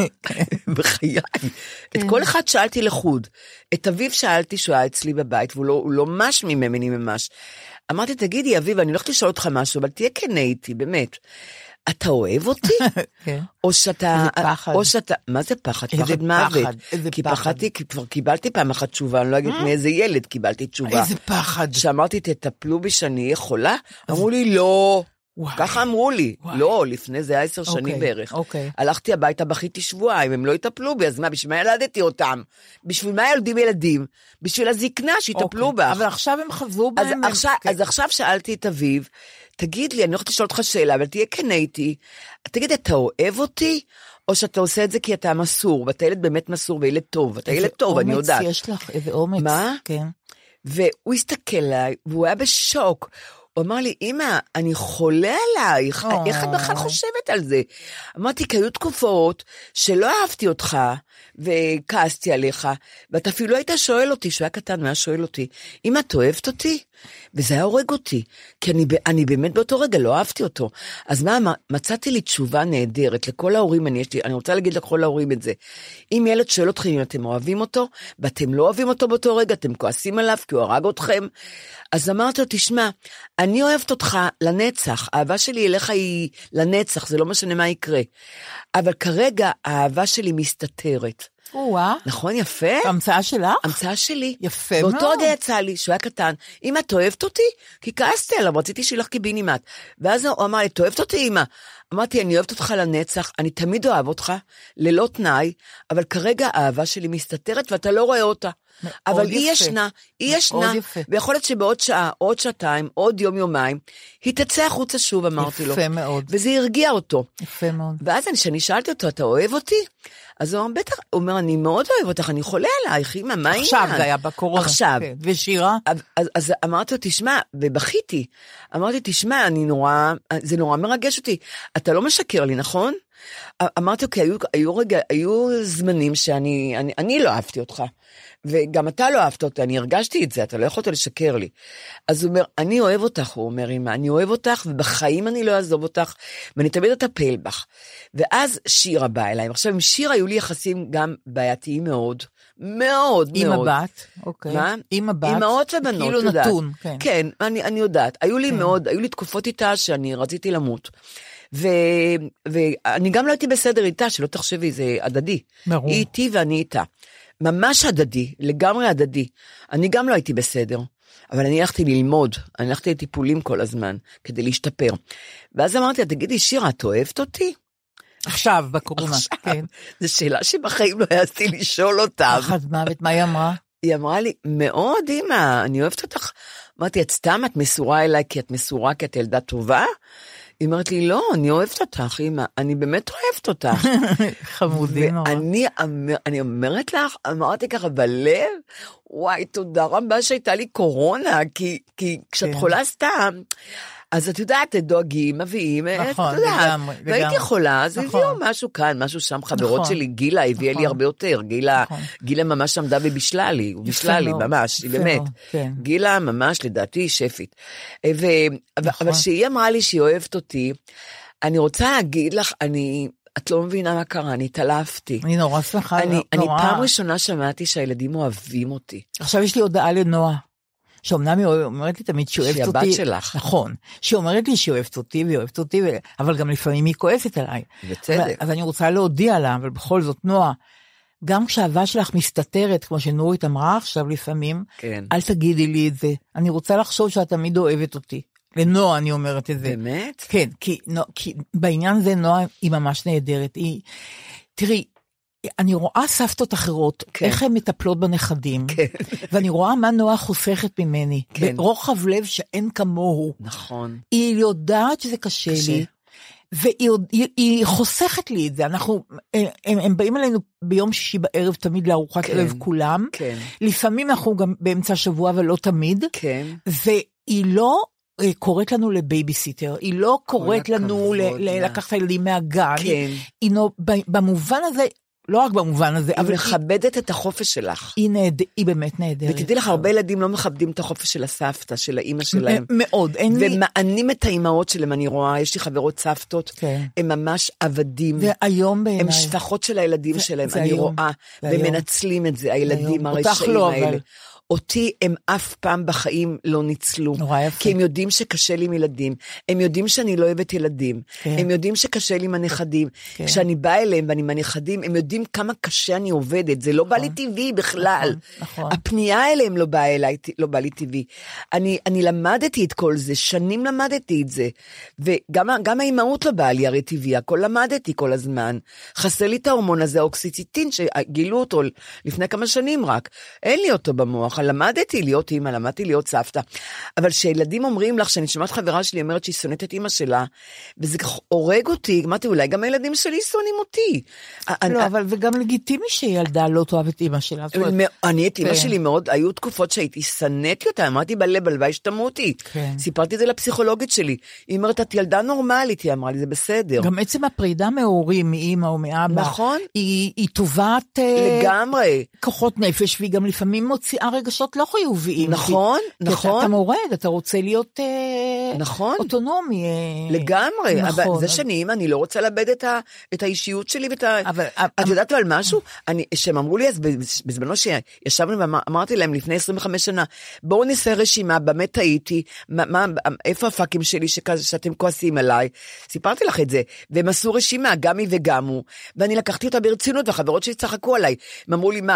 בחיי. את כל אחד שאלתי לחוד. את אביב שאלתי שהוא היה אצלי בבית, והוא לא מש ממני ממש. אמרתי, תגידי, אביב, אני הולכת לשאול אותך משהו, אבל תהיה כן איתי, באמת. אתה אוהב אותי? כן. או שאתה... איזה פחד. או שאתה... מה זה פחד? פחד מוות. כי פחדתי, כי כבר קיבלתי פעם אחת תשובה, אני לא אגיד מאיזה ילד קיבלתי תשובה. איזה פחד. שאמרתי, תטפלו בי שאני אהיה חולה? אמרו לי, לא. ככה אמרו לי. לא, לפני זה 10 שנים בערך. הלכתי הביתה, בכיתי שבועיים, הם לא יטפלו בי, אז מה, בשביל מה ילדתי אותם? בשביל מה ילדים ילדים? בשביל הזקנה שיטפלו בך. אבל עכשיו הם חזרו בהם. אז עכשיו שאלתי את אביב, תגיד לי, אני הולכת לשאול אותך שאלה, אבל תהיה כן איתי, תגיד, אתה אוהב אותי, או שאתה עושה את זה כי אתה מסור, ואתה ילד באמת מסור, וילד טוב, אתה ילד טוב, אני יודעת. אומץ יש לך, איזה אומץ. מה? כן. והוא הסתכל עליי, והוא היה בשוק, הוא אמר לי, אמא, אני חולה עלייך, איך את בכלל חושבת על זה? אמרתי, כי היו תקופות שלא אהבתי אותך, וכעסתי עליך, ואתה אפילו לא היית שואל אותי, שהוא היה קטן, הוא היה שואל אותי, אמא, את אוהבת אותי? וזה היה הורג אותי, כי אני באמת באותו רגע לא אהבתי אותו. אז מה, מצאתי לי תשובה נהדרת, לכל ההורים, אני רוצה להגיד לכל ההורים את זה, אם ילד שואל אתכם, אם אתם אוהבים אותו, ואתם לא אוהבים אותו באותו רגע, אתם כועסים עליו, כי הוא הרג אתכם, אז אמרתי לו, תשמע, אני אוהבת אותך לנצח, האהבה שלי אליך היא לנצח, זה לא משנה מה יקרה, אבל כרגע האהבה שלי מסתתרת. נכון, יפה. המצאה שלך? המצאה שלי. יפה מאוד. באותו רגע יצא לי, שהוא היה קטן, אמא, את אוהבת אותי? כי כעסתי עליו, רציתי שילך קיבינימט. ואז הוא אמר לי, את אוהבת אותי, אמא? אמרתי, אני אוהבת אותך לנצח, אני תמיד אוהב אותך, ללא תנאי, אבל כרגע האהבה שלי מסתתרת, ואתה לא רואה אותה. אבל היא ישנה, ויכול להיות שבעוד שעה, עוד שעתיים, עוד יום, יומיים, היא תצא החוצה שוב, אמרתי לו. יפה מאוד. וזה הרגיע אותו. יפה מאוד. ואז כשאני שאלתי אותו, אתה אוהב אותי? אז הוא אומר, בטח, הוא אומר, אני מאוד אוהב אותך, אני חולה עלייך, אמא, מה העניין? עכשיו זה היה בקורונה. עכשיו. ושירה? אז אמרתי לו, תשמע, ובכיתי, אמרתי, תשמע, זה נורא מרגש אותי, אתה לא משקר לי, נכון? אמרתי, כי היו זמנים שאני לא אהבתי אותך, וגם אתה לא אהבת אותה, אני הרגשתי את זה, אתה לא יכולת לשקר לי. אז הוא אומר, אני אוהב אותך, הוא אומר, אמא, אני אוהב אותך, ובחיים אני לא אעזוב אותך, ואני תמיד אטפל בך. ואז שירה באה אליי, עכשיו עם שירה היו לי יחסים גם בעייתיים מאוד, מאוד עם מאוד. עם הבת, אוקיי. מה? עם הבת. אמהות ובנות, כאילו יודעת. נתון, כן. כן, אני יודעת. היו לי תקופות איתה שאני רציתי למות. ואני גם לא הייתי בסדר איתה, שלא תחשבי, זה הדדי. ברור. היא איתי ואני איתה. ממש הדדי, לגמרי הדדי. אני גם לא הייתי בסדר, אבל אני הלכתי ללמוד, אני הלכתי לטיפולים כל הזמן, כדי להשתפר. ואז אמרתי, תגידי, שירה, את אוהבת אותי? עכשיו, בקורונה. כן. זו שאלה שבחיים לא העזתי לשאול אותה. פחד מוות, מה היא אמרה? היא אמרה לי, מאוד אמא, אני אוהבת אותך. אמרתי, את סתם, את מסורה אליי, כי את מסורה, כי את ילדה טובה? היא אומרת לי, לא, אני אוהבת אותך, אמא, אני באמת אוהבת אותך. חמודי נורא. ואני אומרת לך, אמרתי ככה בלב, וואי, תודה רבה שהייתה לי קורונה, כי כשאת חולה סתם, אז את יודעת, דואגים, מביאים, נכון, לגמרי. והייתי חולה, אז הביאו משהו כאן, משהו שם, חברות שלי, גילה הביאה לי הרבה יותר, גילה ממש עמדה ובישלה לי, ובישלה לי ממש, היא באמת, גילה ממש לדעתי שפית, אבל שהיא אמרה לי שהיא אוהבת אותי, אני רוצה להגיד לך, את לא מבינה מה קרה, אני התעלפתי. אני נורא שמחה. אני פעם ראשונה שמעתי שהילדים אוהבים אותי. עכשיו יש לי הודעה לנועה, שאומנם היא אומרת לי תמיד שהיא אוהבת אותי. שהיא הבת שלך. נכון. שהיא אומרת לי שהיא אוהבת אותי, והיא אוהבת אותי, אבל גם לפעמים היא כועסת עליי. בצדק. אז אני רוצה להודיע לה, אבל בכל זאת, נועה, גם כשהאהבה שלך מסתתרת, כמו שנורית אמרה עכשיו לפעמים, כן. אל תגידי לי את זה. אני רוצה לחשוב שאת תמיד אוהבת אותי. לנועה אני אומרת את זה. באמת? כן, כי בעניין זה נועה היא ממש נהדרת. תראי, אני רואה סבתות אחרות, כן. איך הן מטפלות בנכדים, כן. ואני רואה מה נועה חוסכת ממני, כן. ברוחב לב שאין כמוהו. נכון. היא יודעת שזה קשה לי, והיא חוסכת לי את זה. הם באים אלינו ביום שישי בערב תמיד לארוחת ערב כולם, כן. לפעמים אנחנו גם באמצע השבוע, אבל לא תמיד, כן. והיא לא קוראת לנו לבייביסיטר, היא לא קוראת לנו לקחת הילדים מהגן, כן. במובן הזה, לא רק במובן הזה, אבל היא מכבדת את החופש שלך. היא באמת נהדרת. ותדעי לך, הרבה ילדים לא מכבדים את החופש של הסבתא, של האמא שלהם. מאוד. ומענים את האימהות שלהם, אני רואה, יש לי חברות סבתות, הם ממש עבדים. והיום בעיניי. הם שפחות של הילדים שלהם, אני רואה, ומנצלים את זה, הילדים הרשעים האלה. אותי הם אף פעם בחיים לא ניצלו, כי הם יודעים שקשה לי עם ילדים, הם יודעים שאני לא אוהבת ילדים, הם יודעים שקשה לי עם הנכדים, כשאני באה אליהם ואני עם הנכדים, הם יודעים כמה קשה אני עובדת, זה לא בא לי טבעי בכלל, הפנייה אליהם לא בא לי טבעי, אני למדתי את כל זה, שנים למדתי את זה, וגם האימהות לא באה לי הרי טבעי, הכל למדתי כל הזמן, חסר לי את ההורמון הזה, האוקסיציטין, שגילו אותו לפני כמה שנים רק, אין לי אותו במוח, למדתי להיות אימא, למדתי להיות סבתא, אבל שילדים אומרים לך, שאני שמעת חברה שלי אומרת שהיא שונאת את אימא שלה, וזה הורג אותי, אמרתי, אולי גם הילדים שלי שונאים אותי. לא, אבל וגם לגיטימי שילדה לא תאהב את אימא שלה. אני את אימא שלי מאוד, היו תקופות שהייתי שנאתי אותה, אמרתי בלב, הלוואי שתמותי. סיפרתי את זה לפסיכולוגית שלי, היא אומרת, את ילדה נורמלית, היא אמרה לי, זה בסדר. גם עצם הפרידה מהורים, מאמא או מאבא, נכון. היא טובת לגמרי. כוחות נפש, והיא גם לפעמים מוציאה רגשות לא חיוביים. נכון, נכון. אתה מורד, אתה רוצה להיות אוטונומי. לגמרי, אבל זה שנים, אני לא רוצה לאבד את האישיות שלי, את יודעת על משהו? שהם אמרו לי אז, בזמנו שישבנו ואמרתי להם לפני 25 שנה, בואו נעשה רשימה, באמת טעיתי, איפה הפאקים שלי שאתם כועסים עליי? סיפרתי לך את זה, והם עשו רשימה, גם היא וגם הוא, ואני לקחתי אותה ברצינות, והחברות שלי צחקו עליי, הם אמרו לי,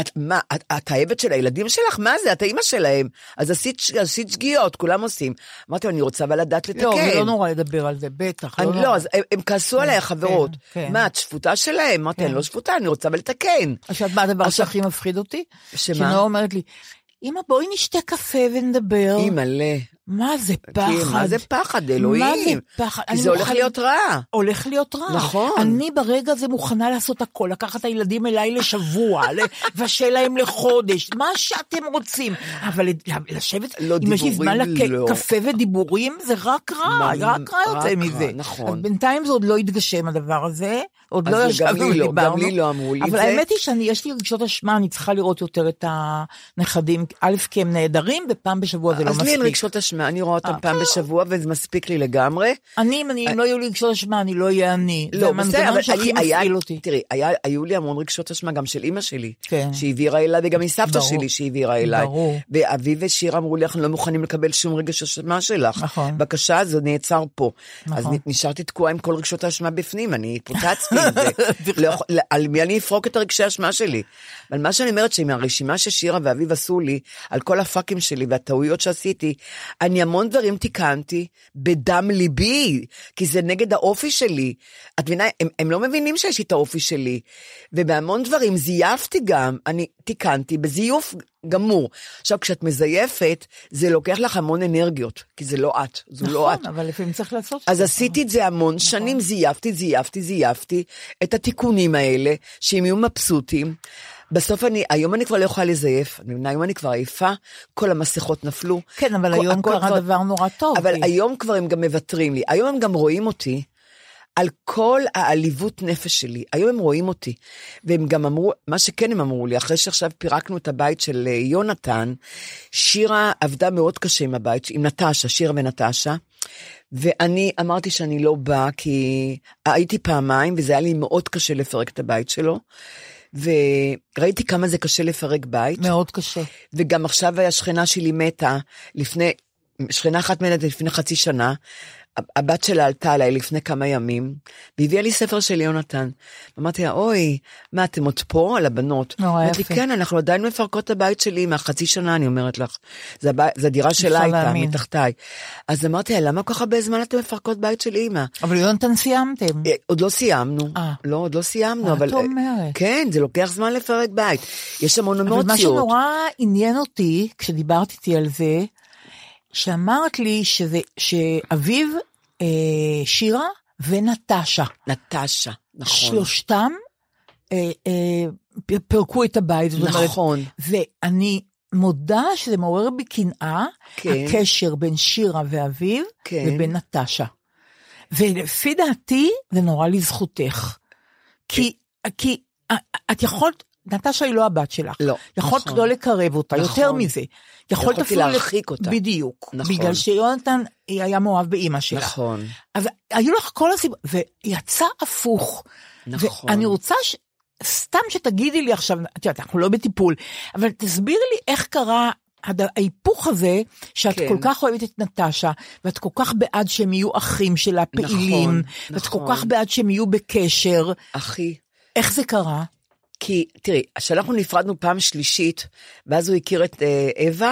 את האהבת של הילדים שלך? מה זה? את האמא שלהם. אז עשית שגיאות, כולם עושים. אמרתי, אני רוצה אבל לדעת לתקן. לא, זה לא נורא לדבר על זה, בטח. לא, אז הם כעסו עליי, החברות. מה, את שפוטה שלהם? אמרתי, אני לא שפוטה, אני רוצה אבל לתקן. עכשיו, מה הדבר שהכי מפחיד אותי? שמה? שנועה אומרת לי, אמא, בואי נשתה קפה ונדבר. אמא, מה זה פחד? מה זה פחד, אלוהים? מה זה פחד? זה הולך להיות רע. הולך להיות רע. נכון. אני ברגע הזה מוכנה לעשות הכל, לקחת את הילדים אליי לשבוע, לבשל להם לחודש, מה שאתם רוצים. אבל לשבת, אם יש לי זמן לקפה ודיבורים, זה רק רע, רק רע יוצא מזה. נכון. אז בינתיים זה עוד לא יתגשם הדבר הזה, עוד לא ישבנו ודיברנו. גם לי לא אמרו לי את זה. אבל האמת היא שיש לי רגשות אשמה, אני צריכה לראות יותר את הנכדים, א' כי הם נהדרים, ופעם בשבוע זה לא מספיק. אז לי אין רגשות אשמה, אני רואה אותם פעם בשבוע, וזה מספיק לי לגמרי. אם לא יהיו לי רגשות אשמה, אני לא אהיה אני. לא, בסדר, אבל תראי, היו לי המון רגשות אשמה, גם של אמא שלי, שהעבירה אליי, וגם מסבתא שלי שהעבירה אליי. ואבי ושיר אמרו לי, אנחנו לא מוכנים לקבל שום רגש אשמה שלך. בבקשה, זה נעצר פה. אז נשארתי תקועה עם כל רגשות האשמה בפנים, אני פוצצתי את זה. על מי אני אפרוק את הרגשי האשמה שלי? אבל מה שאני אומרת, שעם הרשימה ששירה ואביב עשו לי, על כל הפאקים שלי והטעויות שעשיתי, אני המון דברים תיקנתי בדם ליבי, כי זה נגד האופי שלי. את מבינה, הם לא מבינים שיש לי את האופי שלי, ובהמון דברים זייפתי גם, אני תיקנתי בזיוף גמור. עכשיו, כשאת מזייפת, זה לוקח לך המון אנרגיות, כי זה לא את, זו לא את. נכון, אבל לפעמים צריך לעשות. אז עשיתי את זה המון שנים, זייפתי את התיקונים האלה, שהם יהיו מבסוטים. בסוף היום אני כבר לא יכולה לזייף, היום אני כבר עייפה, כל המסכות נפלו. כן, אבל היום קרה דבר נורא טוב. אבל היום כבר הם גם מבטרים לי, היום הם גם רואים אותי, על כל העליבות נפש שלי, היום הם רואים אותי, והם גם אמרו, מה שכן הם אמרו לי, אחרי שעכשיו פירקנו את הבית של יונתן, שירה עבדה מאוד קשה עם הבית, עם נטשה, שירה ונטשה, ואני אמרתי שאני לא באה, כי הייתי פעמיים, וזה היה לי מאוד קשה לפרק את הבית שלו, וראיתי כמה זה קשה לפרק בית. מאוד קשה. וגם עכשיו השכנה שלי מתה, שכנה אחת מתה לפני חצי שנה, הבת שלה עלתה עליי לפני כמה ימים, והביאה לי ספר של יונתן. אמרתי לה, אוי, מה, אתם עוד פה על הבנות? אמרתי לי, כן, אנחנו עדיין מפרקות את הבית שלי, מהחצי שנה, אני אומרת לך. זה דירה שלה הייתה, מתחתיי. אז אמרתי לה, למה כל כך הרבה זמן אתם מפרקות בית של אמא? אבל יונתן סיימתם. עוד לא סיימנו. לא, עוד לא סיימנו, אבל... את אומרת. כן, זה לוקח זמן לפרק בית. יש המון אמוציות. אבל מה שנורא עניין אותי, כשדיברתי איתי על זה, שאמרת לי שאביב שירה ונטשה. נטשה, נכון. שלושתם פרקו את הבית. נכון. ואני מודה שזה מעורר בקנאה, הקשר בין שירה ואביב, ובין נטשה. ולפי דעתי, זה נורא לזכותך. כי את יכולת, נטשה היא לא הבת שלך. לא. יכולת לא לקרב אותה, יותר מזה. יכולתי להרחיק אותה. בדיוק. בגלל שיונתן היה מאוהב באמא שלה. נכון. אז היו לך כל הסיבות, ויצא הפוך. נכון. ואני רוצה סתם שתגידי לי עכשיו, את יודעת, אנחנו לא בטיפול, אבל תסבירי לי איך קרה ההיפוך הזה, שאת כל כך אוהבת את נטשה, ואת כל כך בעד שהם יהיו אחים שלה פעילים, ואת כל כך בעד שהם יהיו בקשר. אחי. איך זה קרה? כי, תראי, כשאנחנו נפרדנו פעם שלישית, ואז הוא הכיר את אווה,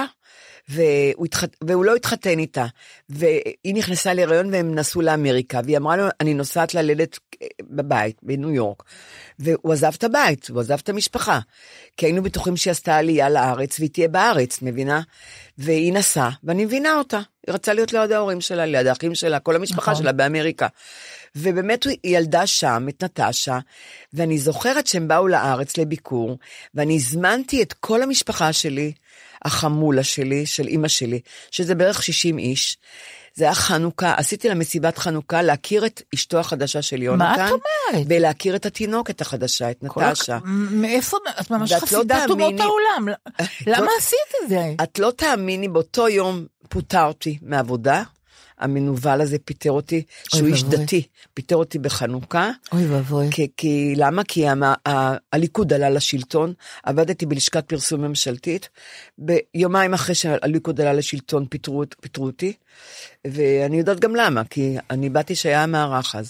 והוא לא התחתן איתה, והיא נכנסה להיריון והם נסעו לאמריקה, והיא אמרה לו, אני נוסעת ללדת בבית, בניו יורק, והוא עזב את הבית, הוא עזב את המשפחה, כי היינו בטוחים שהיא עשתה עלייה לארץ, והיא תהיה בארץ, מבינה? והיא נסעה, ואני מבינה אותה, היא רצה להיות ליד ההורים שלה, ליד האחים שלה, כל המשפחה שלה באמריקה, ובאמת היא ילדה שם, את נטשה, ואני זוכרת שהם באו לארץ לביקור, ואני הזמנתי את כל המשפחה שלי, החמולה שלי, של אמא שלי, שזה בערך 60 איש, זה היה חנוכה, עשיתי לה מסיבת חנוכה, להכיר את אשתו החדשה של יונתן, מה את אומרת? ולהכיר את התינוקת החדשה, את נטשה. מאיפה, את ממש חסידת טובות העולם, למה עשית את זה? את לא תאמיני, באותו יום פוטרתי מעבודה, המנובל הזה פיטר אותי, שהוא איש דתי, פיטר אותי בחנוכה. אוי ובוי. למה? כי הליכוד עלה לשלטון, עבדתי בלשכת פרסום ממשלתית, ביומיים אחרי שהליכוד עלה לשלטון פיטרו אותי, ואני יודעת גם למה, כי אני באתי שהיה המערך אז.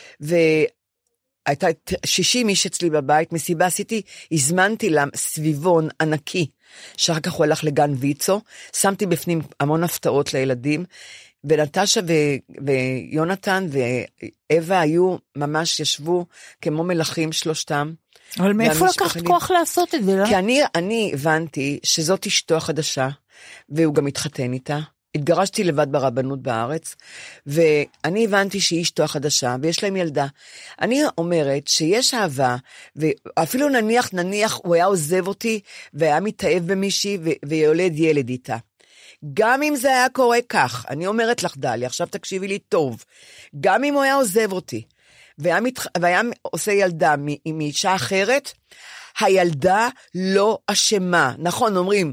והייתה 60 איש אצלי בבית, מסיבה עשיתי, הזמנתי לה סביבון ענקי, שאחר כך הוא הלך לגן ויצו, שמתי בפנים המון הפתעות לילדים, ונטשה ויונתן ואווה היו ממש ישבו כמו מלכים שלושתם. אבל מאיפה לקחת כוח לעשות את זה? כי אני הבנתי שזאת אשתו החדשה, והוא גם התחתן איתה. התגרשתי לבד ברבנות בארץ, ואני הבנתי שהיא אשתו החדשה, ויש להם ילדה. אני אומרת שיש אהבה, ואפילו נניח הוא היה עוזב אותי, והיה מתאהב במישהי, ויולד ילד איתה. גם אם זה היה קורה כך, אני אומרת לך דליה, עכשיו תקשיבי לי טוב, גם אם הוא היה עוזב אותי, והיה עושה ילדה מאישה אחרת, הילדה לא אשמה. נכון, אומרים,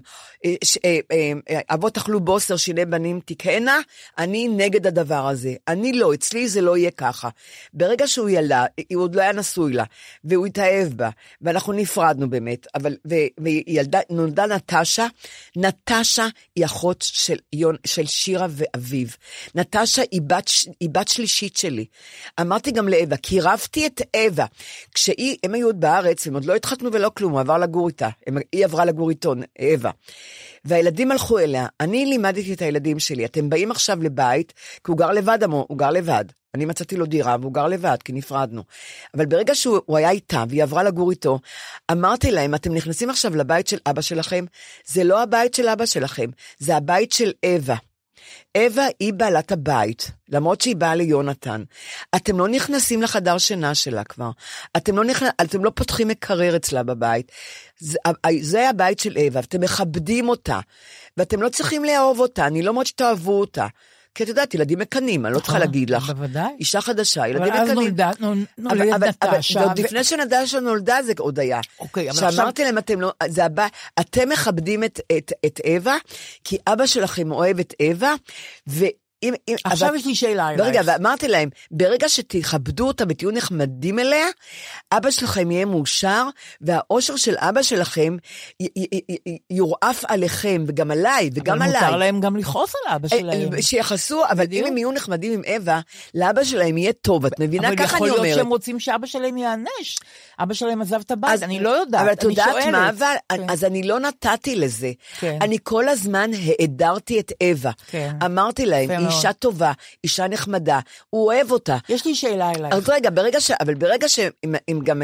אבות אכלו בוסר, שיני בנים תקהנה, אני נגד הדבר הזה. אני לא, אצלי זה לא יהיה ככה. ברגע שהוא ילדה, הוא עוד לא היה נשוי לה, והוא התאהב בה, ואנחנו נפרדנו באמת, וילדה, נולדה נטשה, נטשה היא אחות של שירה ואביב. נטשה היא בת שלישית שלי. אמרתי גם לאווה, כי רבתי את אווה, כשהם היו עוד בארץ, הם עוד לא התחתנו ולא כלום, הוא עבר לגור איתה, היא עברה לגור איתו, אווה. והילדים הלכו אליה, אני לימדתי את הילדים שלי, אתם באים עכשיו לבית, כי הוא גר לבד, הוא גר לבד. אני מצאתי לו דירה, והוא גר לבד, כי נפרדנו. אבל ברגע שהוא היה איתה, והיא עברה לגור איתו, אמרתי להם, אתם נכנסים עכשיו לבית של אבא שלכם, זה לא הבית של אבא שלכם, זה הבית של אווה. אווה היא בעלת הבית, למרות שהיא באה ליונתן. אתם לא נכנסים לחדר שינה שלה כבר. אתם לא פותחים מקרר אצלה בבית. זה הבית של אווה, אתם מכבדים אותה. ואתם לא צריכים לאהוב אותה, אני לא אומרת שתאהבו אותה. כי את יודעת, ילדים מקנים, אני לא צריכה להגיד לך. בוודאי. אישה חדשה, ילדים מקנים. אבל אז נולדת נטשה. עוד לפני שנטשה נולדה זה עוד היה. שאמרתי להם, אתם מכבדים את אווה, כי אבא שלכם אוהב את אווה, עכשיו יש לי שאלה אלייך. ברגע, ואמרתי להם, ברגע שתכבדו אותה ותהיו נחמדים אליה, אבא שלכם יהיה מאושר, והאושר של אבא שלכם יורעף עליכם, וגם עליי, וגם עליי. אבל מותר להם גם לכעוס על אבא שלהם. שיחסו, אבל אם הם יהיו נחמדים עם אווה, לאבא שלהם יהיה טוב, את מבינה? ככה אני אומרת. אבל יכול להיות שהם רוצים שאבא שלהם יענש. אבא שלהם עזב את הבית, אני לא יודעת, אבל את יודעת מה, אז אני לא נתתי לזה. אני כל הזמן העדרתי את אווה. אמרתי להם, היא אישה טובה, אישה נחמדה, הוא אוהב אותה. יש לי שאלה אלייך. אז רגע, ברגע שהם גם,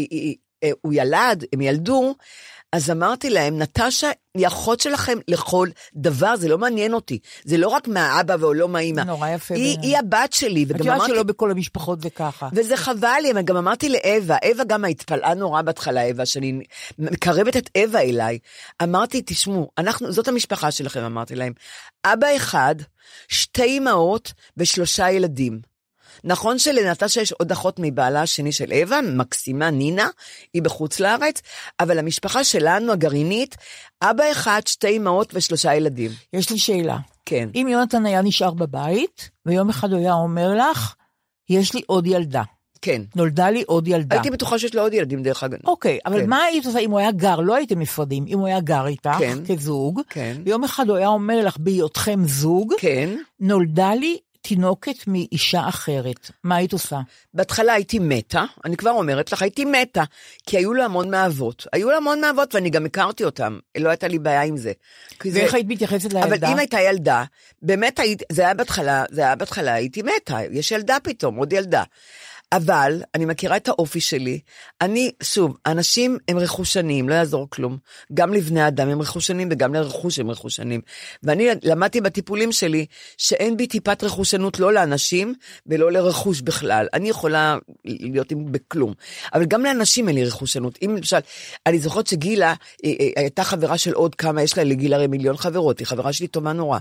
הוא ילד, הם ילדו, אז אמרתי להם, נטשה היא אחות שלכם לכל דבר, זה לא מעניין אותי. זה לא רק מהאבא ולא מהאמא. נורא יפה. היא הבת שלי. את יודעת שלא בכל המשפחות זה ככה. וזה חבל לי, גם אמרתי לאווה, אווה גם התפלאה נורא בהתחלה, אווה, שאני מקרבת את אווה אליי. אמרתי, תשמעו, זאת המשפחה שלכם, אמרתי להם. אבא אחד, 2 אמהות ו3 ילדים. נכון שלנטשה יש עוד אחות מבעלה השני של אווה, מקסימה נינה, היא בחוץ לארץ, אבל המשפחה שלנו, הגרעינית, אבא אחד, 2 אמהות ו3 ילדים. יש לי שאלה. כן. אם יונתן היה נשאר בבית, ויום אחד הוא היה אומר לך, יש לי עוד ילדה. כן. נולדה לי עוד ילדה. הייתי בטוחה שיש לו עוד ילדים דרך אגב. אוקיי, אבל מה היית עושה אם הוא היה גר, לא הייתם נפרדים, אם הוא היה גר איתך כזוג, ויום אחד הוא היה אומר לך, בהיותכם זוג, נולדה לי תינוקת מאישה אחרת. מה היית עושה? בהתחלה הייתי מתה, אני כבר אומרת לך, הייתי מתה, כי היו לה המון מאהבות. היו לה המון מאהבות, ואני גם הכרתי אותם. לא הייתה לי בעיה עם זה. ואיך היית מתייחסת לילדה? אבל אם הייתה ילדה, באמת זה היה בהתחלה, הייתי מתה. יש ילדה פתאום, עוד ילדה. אבל אני מכירה את האופי שלי, שוב, אנשים הם רכושנים, לא יעזור כלום, גם לבני אדם הם רכושנים, וגם לרכוש הם רכושנים, ואני למדתי בטיפולים שלי, שאין בי טיפת רכושנות לא לאנשים, ולא לרכוש בכלל, אני יכולה להיות עם בכלום, אבל גם לאנשים אין לי רכושנות, אם למשל, אני זוכרת שגילה, הייתה חברה של עוד כמה, יש לה לגילה 1,000,000 חברות, היא חברה שלי טובה נורא,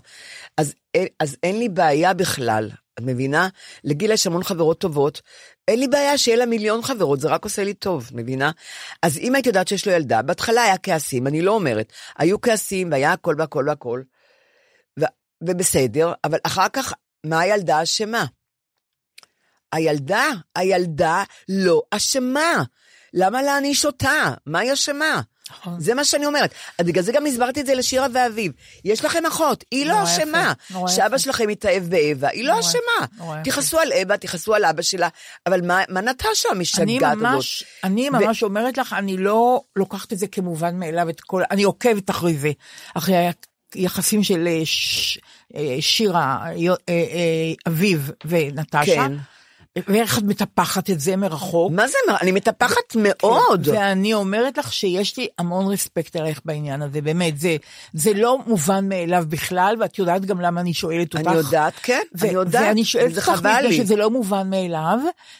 אז אין לי בעיה בכלל, את מבינה? לגילה יש המון חברות טובות, אין לי בעיה שיהיה לה 1,000,000 חברות, זה רק עושה לי טוב, מבינה? אז אם היית יודעת שיש לו ילדה, בהתחלה היה כעסים, אני לא אומרת, היו כעסים והיה הכל והכל והכל, ובסדר, אבל אחר כך, מה הילדה אשמה? הילדה לא אשמה, למה להעניש אותה? מה היא אשמה? זה מה שאני אומרת. בגלל זה גם הסברתי את זה לשירה ואביב. יש לכם אחות, היא לא אשמה. שאבא שלכם יתאהב באווה, היא לא אשמה. תיחסו על אבא, תיחסו על אבא שלה, אבל מה נטשה המשגעת הזאת? אני ממש אומרת לך, אני לא לוקחת את זה כמובן מאליו, אני עוקבת אחרי זה, אחרי היחסים של שירה, אביב ונטשה. ואיך את מטפחת את זה מרחוק? מה זה? אני מטפחת מאוד. ואני אומרת לך שיש לי המון רספקט עליך בעניין הזה, באמת, זה לא מובן מאליו בכלל, ואת יודעת גם למה אני שואלת אותך. אני יודעת, כן, אני יודעת. ואני שואלת אותך בגלל שזה לא מובן מאליו,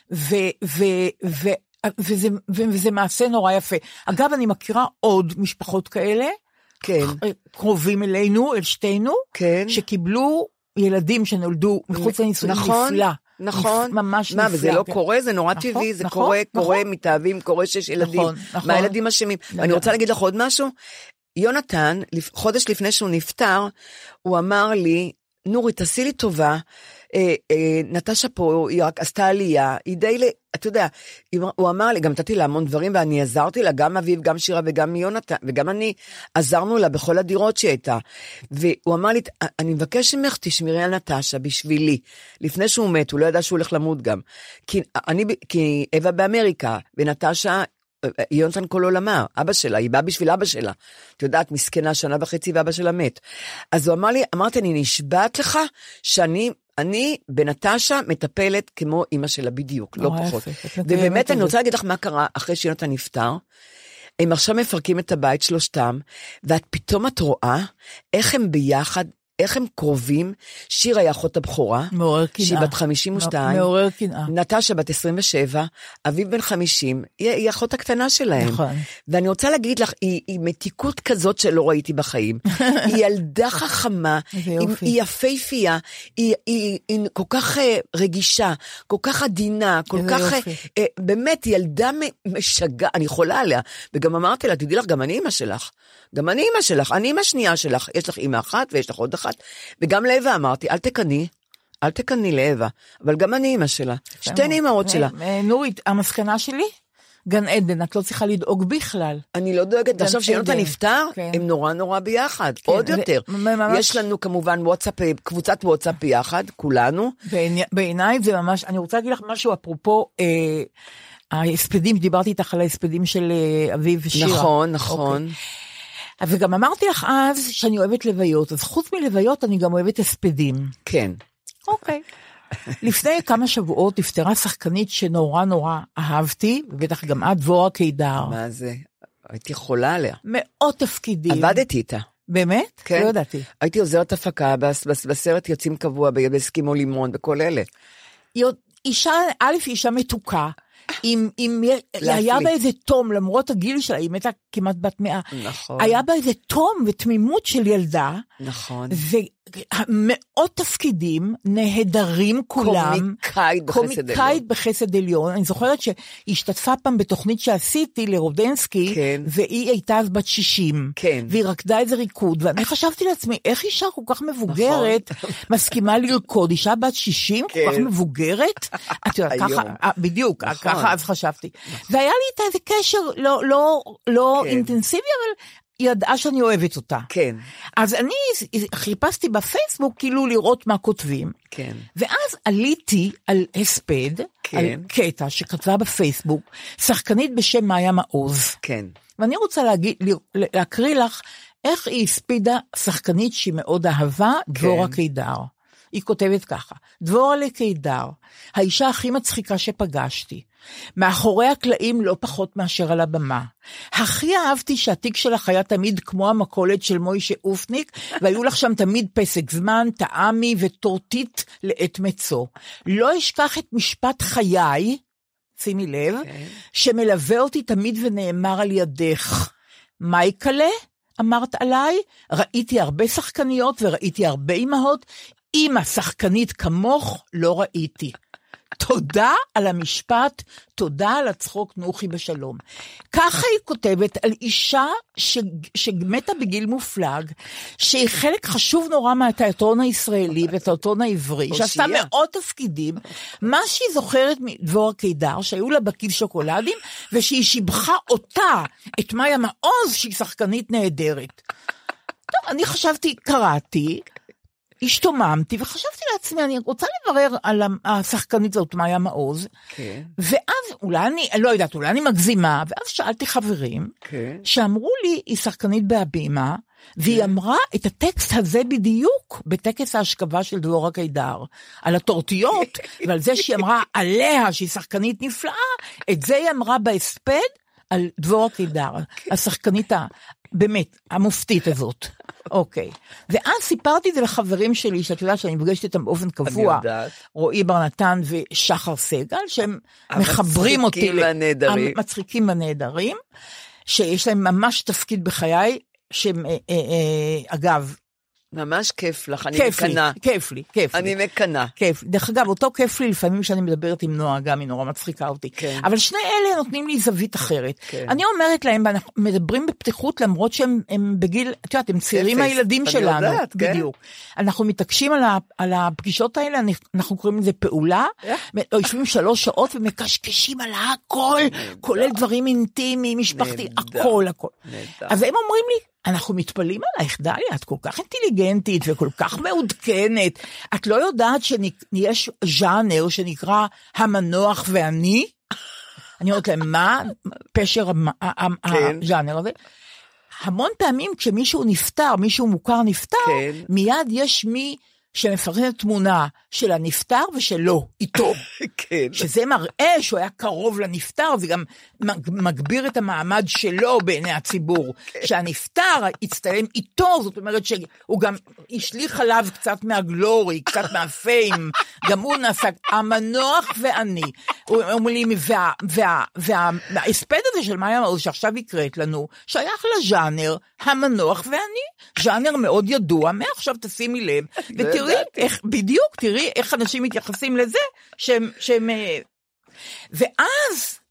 וזה מעשה נורא יפה. אגב, אני מכירה עוד משפחות כאלה, קרובים אלינו, אל שתינו, שקיבלו ילדים שנולדו מחוץ לנישואים נפלא. נכון, ממש נפלא. מה, וזה לא קורה, זה נורא טבעי, זה קורה, מתאהבים, קורה שיש ילדים, מה הילדים אשמים. ואני רוצה להגיד לך עוד משהו, יונתן, חודש לפני שהוא נפטר, הוא אמר לי, נורי, תעשי לי טובה, נטשה פה, היא רק עשתה עלייה, היא די, אתה יודע, הוא אמר לי, גם נתתי לה המון דברים, ואני עזרתי לה, גם אביב, גם שירה וגם יונתן, וגם אני, עזרנו לה בכל הדירות שהייתה, והוא אמר לי, אני מבקש ממך, תשמרי על נטשה בשבילי, לפני שהוא מת, הוא לא ידע שהוא הולך למות גם, כי אווה באמריקה, ונטשה, יונתן כל עולמה, אבא שלה, היא באה בשביל אבא שלה, את יודעת, מסכנה 1.5 שנה ואבא שלה מת, אז הוא אמר לי, אמרתי, אני נשבעת לך, אני בנטשה מטפלת כמו אמא שלה בדיוק, לא פחות. ובאמת אני רוצה להגיד לך מה קרה אחרי שיונתן נפטר, הם עכשיו מפרקים את הבית שלושתם, פתאום את רואה איך הם ביחד, איך הם קרובים, שירה היא אחות הבכורה, שהיא בת 52, מעורר קנאה. נטשה בת 27, אביב בן 50, היא אחות הקטנה שלהם. נכון. ואני רוצה להגיד לך, היא מתיקות כזאת שלא ראיתי בחיים, היא ילדה חכמה, היא יפהפייה, היא כל כך רגישה, כל כך עדינה, כל כך, באמת ילדה משגע, אני יכולה עליה, וגם אמרתי לה, תדעי לך, גם אני אמא שלך, גם אני אמא שלך, אני אמא שנייה שלך, יש לך אמא אחת ויש לך עוד אחת, וגם לאווה אמרתי, אל תקני, אל תקני לאווה, אבל גם אני אמא שלה, שתי נאמרות שלה. נורית, המסקנה שלי? גן עדן, את לא צריכה לדאוג בכלל. אני לא דואגת, עכשיו שיונתן נפטר, הם נורא נורא ביחד, עוד יותר. יש לנו כמובן קבוצת וואטסאפ ביחד, כולנו. בעיניי זה ממש, אני רוצה להגיד לך משהו, אפרופו ההספדים, דיברתי איתך על ההספדים של אביב ושירה. נכון. וגם אמרתי לך אז שאני אוהבת לוויות, אז חוץ מלוויות אני גם אוהבת הספדים. כן. אוקיי. לפני כמה שבועות נפטרה שחקנית שנורא נורא אהבתי, ובטח גם את, דבורה קידר. מה זה? הייתי חולה עליה. מאוד תפקידים. עבדתי איתה. באמת? כן. לא ידעתי. הייתי עוזרת הפקה בסרט יוצאים קבוע, בסקימו לימון, בכל אלה. אישה מתוקה, היה בה איזה תום, למרות הגיל שלה, היא מתה כמעט בת 100. נכון. היה בה איזה תום ותמימות של ילדה. נכון. ומאות תפקידים נהדרים כולם. קומיקאית בחסד עליון. אני זוכרת שהשתתפה פעם בתוכנית שעשיתי לרודנסקי, כן. והיא הייתה אז בת 60. כן. והיא רקדה איזה ריקוד, ואני חשבתי לעצמי, איך אישה כל כך מבוגרת, מסכימה לרקוד, אישה בת 60, כל כך מבוגרת? את יודעת, ככה, בדיוק, ככה אז חשבתי. והיה לי איתה איזה קשר לא אינטנסיבי, אבל היא ידעה שאני אוהבת אותה. כן. אז אני חיפשתי בפייסבוק כאילו לראות מה כותבים. כן. ואז עליתי על הספד, כן. על קטע שכתבה בפייסבוק, שחקנית בשם מאיה מעוז. כן. ואני רוצה להקריא לך איך היא הספידה שחקנית שהיא מאוד אהבה, דבורה קידר. היא כותבת ככה, דבורה לקידר, האישה הכי מצחיקה שפגשתי. מאחורי הקלעים לא פחות מאשר על הבמה. הכי אהבתי שהתיק שלך היה תמיד כמו המקולת של מוישה אופניק, והיו לך שם תמיד פסק זמן, טעמי וטורטית לעת מצוא. לא אשכח את משפט חיי, שימי לב, שמלווה אותי תמיד ונאמר על ידך. מה יקלה? אמרת עליי, ראיתי הרבה שחקניות וראיתי הרבה אמהות, אמא שחקנית כמוך לא ראיתי. תודה על המשפט, תודה על הצחוק נוחי בשלום. ככה היא כותבת על אישה שמתה בגיל מופלג, שהיא חלק חשוב נורא מהתיאטרון הישראלי והתיאטרון העברי, שעשתה מאוד תפקידים, מה שהיא זוכרת מדבורה קידר, שהיו לה בקיל שוקולדים, ושהיא שיבחה אותה, את מאיה מעוז, שהיא שחקנית נהדרת. טוב, אני חשבתי, קראתי, השתוממתי וחשבתי לעצמי, אני רוצה לברר על השחקנית זאת מאיה מעוז, כן. ואז אולי לא יודעת, אולי אני מגזימה, ואז שאלתי חברים, כן. שאמרו לי, היא שחקנית בהבימה, והיא אמרה את הטקסט הזה בדיוק, בטקס ההשכבה של דבורה קידר, על הטורטיות, ועל זה שהיא אמרה עליה, שהיא שחקנית נפלאה, את זה היא אמרה בהספד, על דבורה קידר, השחקנית באמת, המופתית הזאת. אוקיי. ואז סיפרתי את זה לחברים שלי, שאת יודעת שאני מפגשת איתם באופן קבוע, רועי בר נתן ושחר סגל, שהם מחברים אותי, המצחיקים והנהדרים, שיש להם ממש תפקיד בחיי, שהם, אגב, ממש כיף לך, אני מקנה. כיף לי. אני מקנה. כיף. דרך אגב, אותו כיף לי לפעמים שאני מדברת עם נועה, גם היא נורא מצחיקה אותי. כן. אבל שני אלה נותנים לי זווית אחרת. כן. אני אומרת להם, ואנחנו מדברים בפתיחות, למרות שהם בגיל, את יודעת, הם צעירים מהילדים שלנו. יודעת, בדיוק. כן. אנחנו מתעקשים על הפגישות האלה, אנחנו קוראים לזה פעולה, יושבים 3 שעות ומקשקשים על הכל, כולל דברים אינטימיים, משפחתי, הכל. אז הם אומרים לי, אנחנו מתפלאים עלייך, דליה, את כל כך אינטליגנטית וכל כך מעודכנת. את לא יודעת שיש ז'אנר שנקרא המנוח ואני? אני אומרת להם, מה פשר הז'אנר הזה? המון פעמים כשמישהו נפטר, מישהו מוכר נפטר, מיד יש מי שמפרסם תמונה של הנפטר ושלו, איתו. כן. שזה מראה שהוא היה קרוב לנפטר, זה גם מגביר את המעמד שלו בעיני הציבור. שהנפטר הצטלם איתו, זאת אומרת שהוא גם השליך עליו קצת מהגלורי, קצת מהפיים, גם הוא נעשה, המנוח ואני. אומרים לי, וההספד הזה של מאיה מעוז שעכשיו יקראת לנו, שייך לז'אנר המנוח ואני, ז'אנר מאוד ידוע, מעכשיו תשימי לב, ותראי איך, בדיוק, תראי איך אנשים מתייחסים לזה, שהם ואז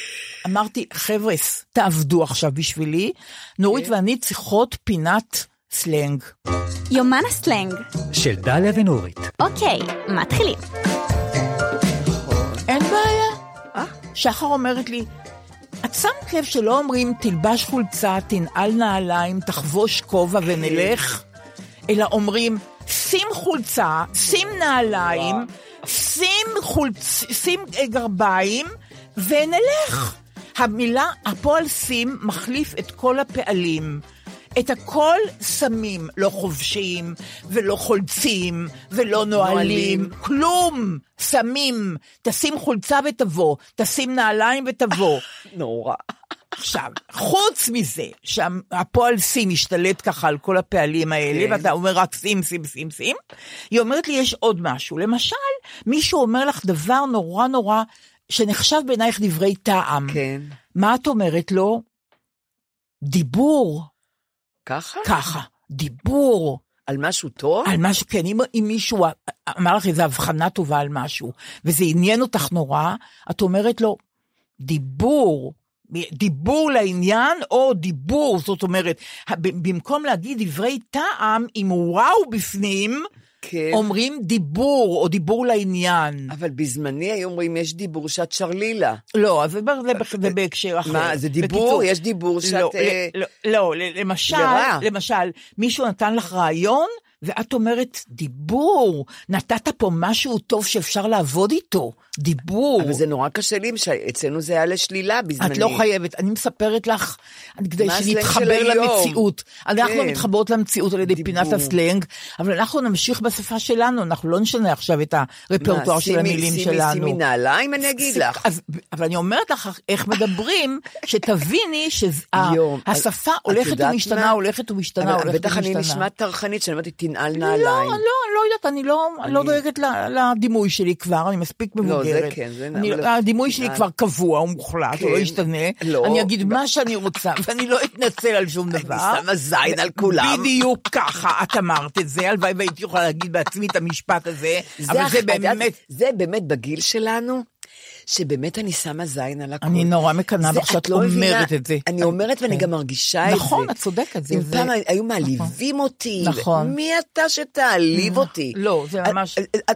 אמרתי, חבר'ס, תעבדו עכשיו בשבילי, נורית ואני צריכות פינת סלנג. יומן הסלנג של דליה ונורית. אוקיי, מתחילים. אין בעיה. שחר אומרת לי, את שמת לב שלא אומרים תלבש חולצה, תנעל נעליים, תחבוש כובע ונלך, אלא אומרים שים חולצה, שים נעליים, שים גרביים ונלך. המילה, הפועל שים מחליף את כל הפעלים. את הכל שמים, לא חובשים ולא חולצים ולא נועלים, כלום, שמים, תשים חולצה ותבוא, תשים נעליים ותבוא. נורא. עכשיו, חוץ מזה, שהפועל שים משתלט ככה על כל הפעלים האלה, ואתה אומר רק שים, שים, שים, שים, היא אומרת לי, יש עוד משהו. למשל, מישהו אומר לך דבר נורא נורא, שנחשב בעינייך דברי טעם. כן. מה את אומרת לו? דיבור. ככה? ככה, דיבור. על משהו טוב? על משהו, כן, אם מישהו אמר לך איזו הבחנה טובה על משהו, וזה עניין אותך נורא, את אומרת לו, דיבור לעניין, או דיבור, זאת אומרת, במקום להגיד דברי טעם, עם וואו בפנים, כן. אומרים דיבור, או דיבור לעניין. אבל בזמני היו אומרים, יש דיבור שאת שרלילה. לא, אז זה בהקשר אחר. מה, זה דיבור? בקיצור, יש דיבור שאת... לא, למשל, מישהו נתן לך רעיון, ואת אומרת, דיבור, נתת פה משהו טוב שאפשר לעבוד איתו, דיבור. אבל זה נורא קשה לי, אצלנו זה היה לשלילה בזמני. את לא חייבת, אני מספרת לך, כדי שנתחבר למציאות. אנחנו מתחברות למציאות על ידי פינת הסלנג, אבל אנחנו נמשיך בשפה שלנו, אנחנו לא נשנה עכשיו את הרפרטואר של המילים שלנו. שימי נעליים, אני אגיד לך. אבל אני אומרת לך, איך מדברים, שתביני שהשפה הולכת ומשתנה, הולכת ומשתנה. בטח אני נשמעת תרחנית, שאני אומרת, תנעל נעליים. לא יודעת, אני לא דואגת לדימוי שלי כבר, אני מספיק מבוגרת. זה כן, זה הדימוי שלי כבר קבוע, הוא מוחלט, הוא לא ישתנה. אני אגיד מה שאני רוצה, ואני לא אתנצל על שום דבר. אני שמה זין על כולם. בדיוק ככה, את אמרת את זה, הלוואי והייתי יכולה להגיד בעצמי את המשפט הזה, אבל זה באמת... זה באמת בגיל שלנו, שבאמת אני שמה זין על הכל. אני נורא מקנה לך שאת אומרת את זה. אני אומרת ואני גם מרגישה את זה. נכון, את צודקת. אם פעם היו מעליבים אותי, מי אתה שתעליב אותי? לא, זה ממש...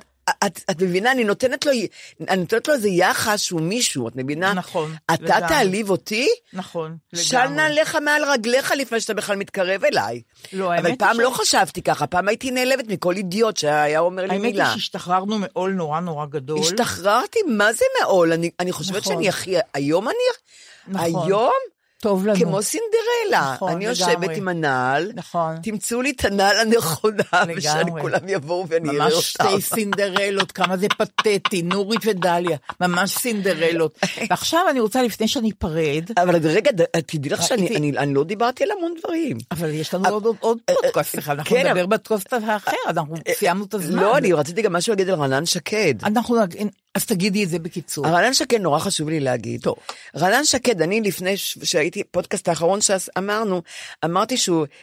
את מבינה, אני נותנת לו איזה יחס שהוא מישהו, את מבינה? נכון. אתה תעליב אותי? נכון. של נעליך מעל רגליך לפני שאתה בכלל מתקרב אליי. לא, האמת אבל פעם לא חשבתי ככה, פעם הייתי נעלבת מכל אידיוט שהיה אומר לי מילה. האמת היא שהשתחררנו מעול נורא נורא גדול. השתחררתי, מה זה מעול? אני חושבת שאני הכי, היום היום? טוב לנו. כמו סינדרלה. נכון, אני יושבת עם הנעל, נכון. תמצאו לי את הנעל הנכונה, ושאני כולם יבואו ואני אראה אותם. ממש שתי סינדרלות, כמה זה פתטי, נורית ודליה, ממש סינדרלות. ועכשיו אני רוצה לפני שאני פרד. אבל רגע, תדעי לך שאני לא דיברתי על המון דברים. אבל יש לנו עוד פודקאסט, אנחנו נדבר בפודקאסט האחר, אנחנו סיימנו את הזמן. לא, אני רציתי גם משהו להגיד על רענן שקד. אז תגידי את זה בקיצור. רענן שקד נורא חשוב לי להגיד. טוב. רענן שקד, אני לפני שהייתי פודקאסט האחרון שאמרנו, אמרתי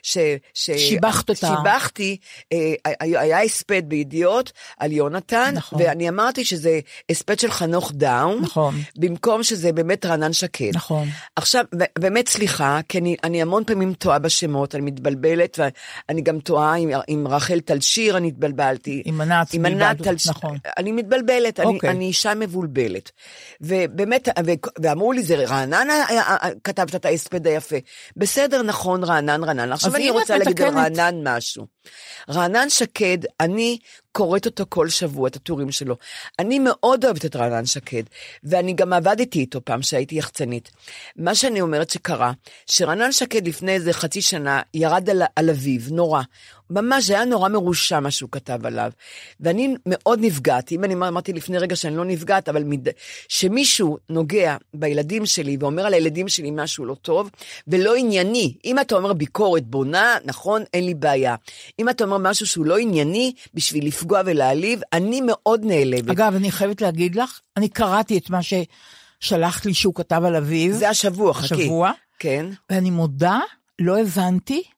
שיבחת אותה. שיבחתי, היה הספד בידיעות על יונתן, ואני אמרתי שזה הספד של חנוך דאום, במקום שזה באמת רענן שקד. נכון. עכשיו, באמת סליחה, כי אני המון פעמים טועה בשמות, אני מתבלבלת, ואני גם טועה עם רחל תלשיר, אני התבלבלתי. עם ענת תלשיר. נכון. אני מתבלבלת, אני אישה מבולבלת. ובאמת, ואמרו לי, זה רענן כתבת את ההספד היפה. בסדר, נכון, רענן. עכשיו אני רוצה להגיד על רענן משהו. רענן שקד, אני קוראת אותו כל שבוע, את הטורים שלו. אני מאוד אוהבת את רענן שקד, ואני גם עבדתי איתו פעם שהייתי יחצנית. מה שאני אומרת שקרה, שרענן שקד לפני איזה חצי שנה ירד על אביו, נורא. ממש, זה היה נורא מרושע מה שהוא כתב עליו. ואני מאוד נפגעתי, אם אני אמרתי לפני רגע שאני לא נפגעת, אבל שמישהו נוגע בילדים שלי, ואומר על הילדים שלי משהו לא טוב, ולא ענייני. אם אתה אומר ביקורת בונה, נכון, אין לי בעיה. אם אתה אומר משהו שהוא לא ענייני, בשביל לפגוע ולהעליב, אני מאוד נעלבת. אגב, אני חייבת להגיד לך, אני קראתי את מה ששלחת לי שהוא כתב על אביו. זה השבוע, חכי. השבוע. כן. ואני מודה, לא הבנתי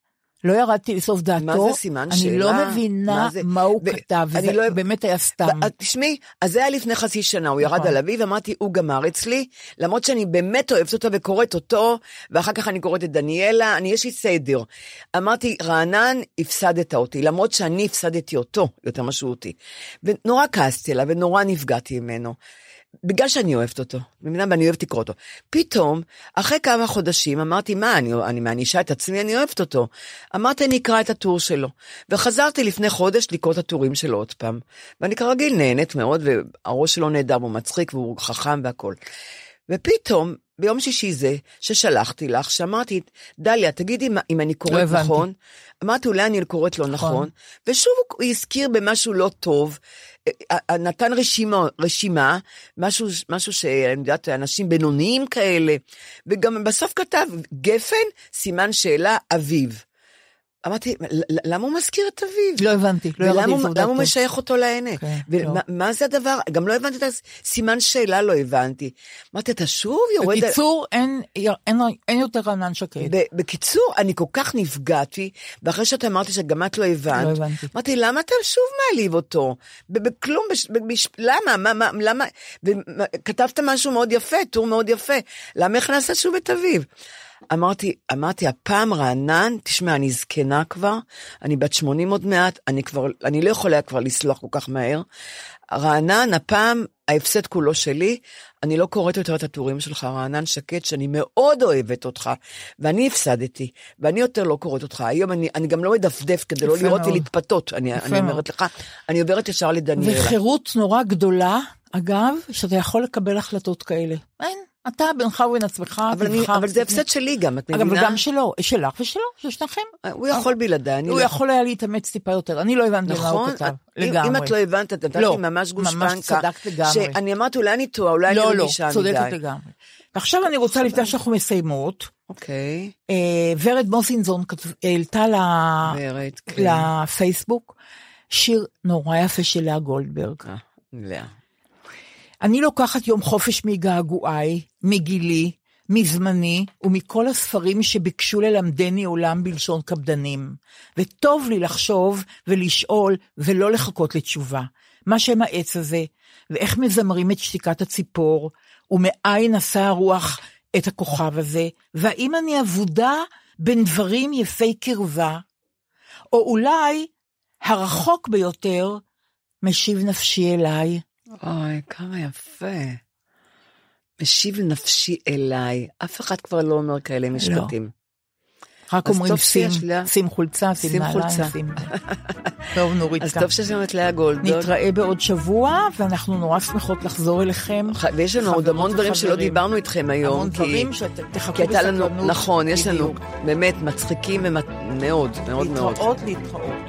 לא ירדתי לסוף דעתו. מה זה סימן שאלה? אני לא מבינה מה הוא כתב, וזה באמת היה סתם. תשמעי, אז זה היה לפני חצי שנה, הוא ירד על אביב, אמרתי, הוא גמר אצלי, למרות שאני באמת אוהבת אותו וקוראת אותו, ואחר כך אני קוראת את דניאלה, יש לי סדר. אמרתי, רענן, הפסדת אותי, למרות שאני הפסדתי אותו, יותר משהו אותי. ונורא כעסתי עליו, ונורא נפגעתי ממנו. בגלל שאני אוהבת אותו, ואני אוהבת לקרוא אותו. פתאום, אחרי כמה חודשים, אמרתי, מה, אני מענישה את עצמי, אני אוהבת אותו. אמרתי, אני אקרא את הטור שלו. וחזרתי לפני חודש לקרוא את הטורים שלו עוד פעם. ואני כרגיל נהנית מאוד, והראש שלו נהדר, הוא מצחיק, והוא חכם והכל. ופתאום, ביום שישי זה, ששלחתי לך, שאמרתי, דליה, תגידי אם אני קוראת נכון. אמרתי, אולי אני קוראת לא נכון. ושוב הוא הזכיר במשהו לא טוב, נתן רשימה, משהו שאני יודעת, אנשים בינוניים כאלה, וגם בסוף כתב, גפן, סימן שאלה, אביב. אמרתי, למה הוא מזכיר את אביב? לא הבנתי. למה הוא משייך אותו לעיני? ומה זה הדבר? גם לא הבנתי את הסימן שאלה, לא הבנתי. אמרתי, אתה שוב יורד... בקיצור, אין יותר רענן שקט. בקיצור, אני כל כך נפגעתי, ואחרי שאתה אמרתי שגם את לא הבנת, אמרתי, למה אתה שוב מעליב אותו? בכלום, למה? וכתבת משהו מאוד יפה, טור מאוד יפה. למה הכנסת שוב את אביב? אמרתי, הפעם רענן, תשמע, אני זקנה כבר, אני בת 80 עוד מעט, אני לא יכולה כבר לסלוח כל כך מהר. רענן, הפעם, ההפסד כולו שלי, אני לא קוראת יותר את הטורים שלך, רענן שקט, שאני מאוד אוהבת אותך, ואני הפסדתי, ואני יותר לא קוראת אותך. היום אני גם לא מדפדף, כדי לא לראות ולהתפתות, אני אומרת לך, אני עוברת ישר לדניאלה. וחירות נורא גדולה, אגב, שאתה יכול לקבל החלטות כאלה. אין. אתה בינך ובין עצמך. אבל זה הפסד שלי גם, את מבינה? אבל גם שלו, שלך ושלו, של שניכם. הוא יכול בלעדיי. הוא יכול היה להתאמץ טיפה יותר, אני לא הבנתי מה הוא כתב. לגמרי. אם את לא הבנת, את נתתי ממש גושפנקה. ממש צדקת לגמרי. שאני אמרתי, אולי אני טועה, אולי אני רגישה מדי. לא, צודקת לגמרי. ועכשיו אני רוצה לפני שאנחנו מסיימות. אוקיי. ורד מוסינזון העלתה לפייסבוק, שיר נורא יפה של לאה גולדברג. לאה. אני לוקחת יום חופש מגעגועי, מגילי, מזמני, ומכל הספרים שביקשו ללמדני עולם בלשון קפדנים. וטוב לי לחשוב ולשאול ולא לחכות לתשובה. מה שם העץ הזה, ואיך מזמרים את שתיקת הציפור, ומאין עשה הרוח את הכוכב הזה, והאם אני עבודה בין דברים יפי קרבה, או אולי הרחוק ביותר משיב נפשי אליי. אוי, כמה יפה. משיב נפשי אליי. אף אחד כבר לא אומר כאלה משפטים. רק אומרים שים חולצה, שים נעליים. טוב, נורית. אז טוב שיש לנו את לאה גולדברג. נתראה בעוד שבוע, ואנחנו נורא שמחות לחזור אליכם. ויש לנו עוד המון דברים שלא דיברנו איתכם היום. המון דברים שתחכו בסקרנות. נכון, יש לנו באמת מצחיקים מאוד, מאוד מאוד. להתראות.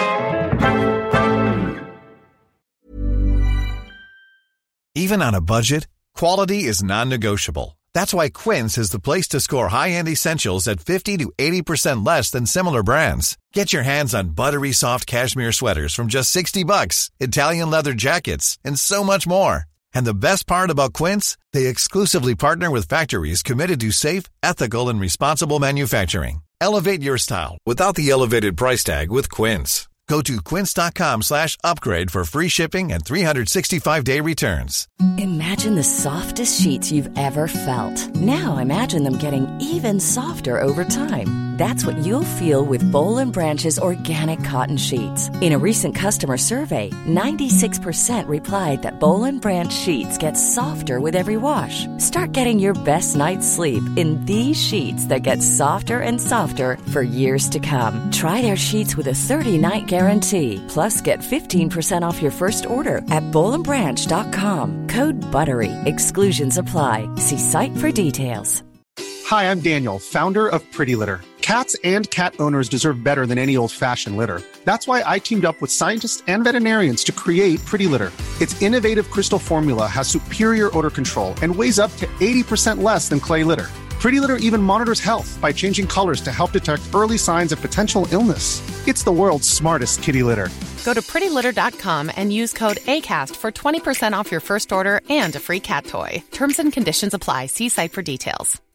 Even on a budget, quality is non-negotiable. That's why Quince is the place to score high-end essentials at 50 to 80% less than similar brands. Get your hands on buttery soft cashmere sweaters from just $60, Italian leather jackets, and so much more. And the best part about Quince, they exclusively partner with factories committed to safe, ethical, and responsible manufacturing. Elevate your style without the elevated price tag with Quince. Go to quince.com/upgrade for free shipping and 365-day returns. Imagine the softest sheets you've ever felt. Now imagine them getting even softer over time. That's what you'll feel with Boll & Branch's organic cotton sheets. In a recent customer survey, 96% replied that Boll & Branch sheets get softer with every wash. Start getting your best night's sleep in these sheets that get softer and softer for years to come. Try their sheets with a 30-night guarantee. Plus, get 15% off your first order at bollandbranch.com. Code BUTTERY. Exclusions apply. See site for details. Hi, I'm Daniel, founder of Pretty Litter. Cats and cat owners deserve better than any old-fashioned litter. That's why I teamed up with scientists and veterinarians to create Pretty Litter. Its innovative crystal formula has superior odor control and weighs up to 80% less than clay litter. Pretty Litter even monitors health by changing colors to help detect early signs of potential illness. It's the world's smartest kitty litter. Go to prettylitter.com and use code ACAST for 20% off your first order and a free cat toy. Terms and conditions apply. See site for details.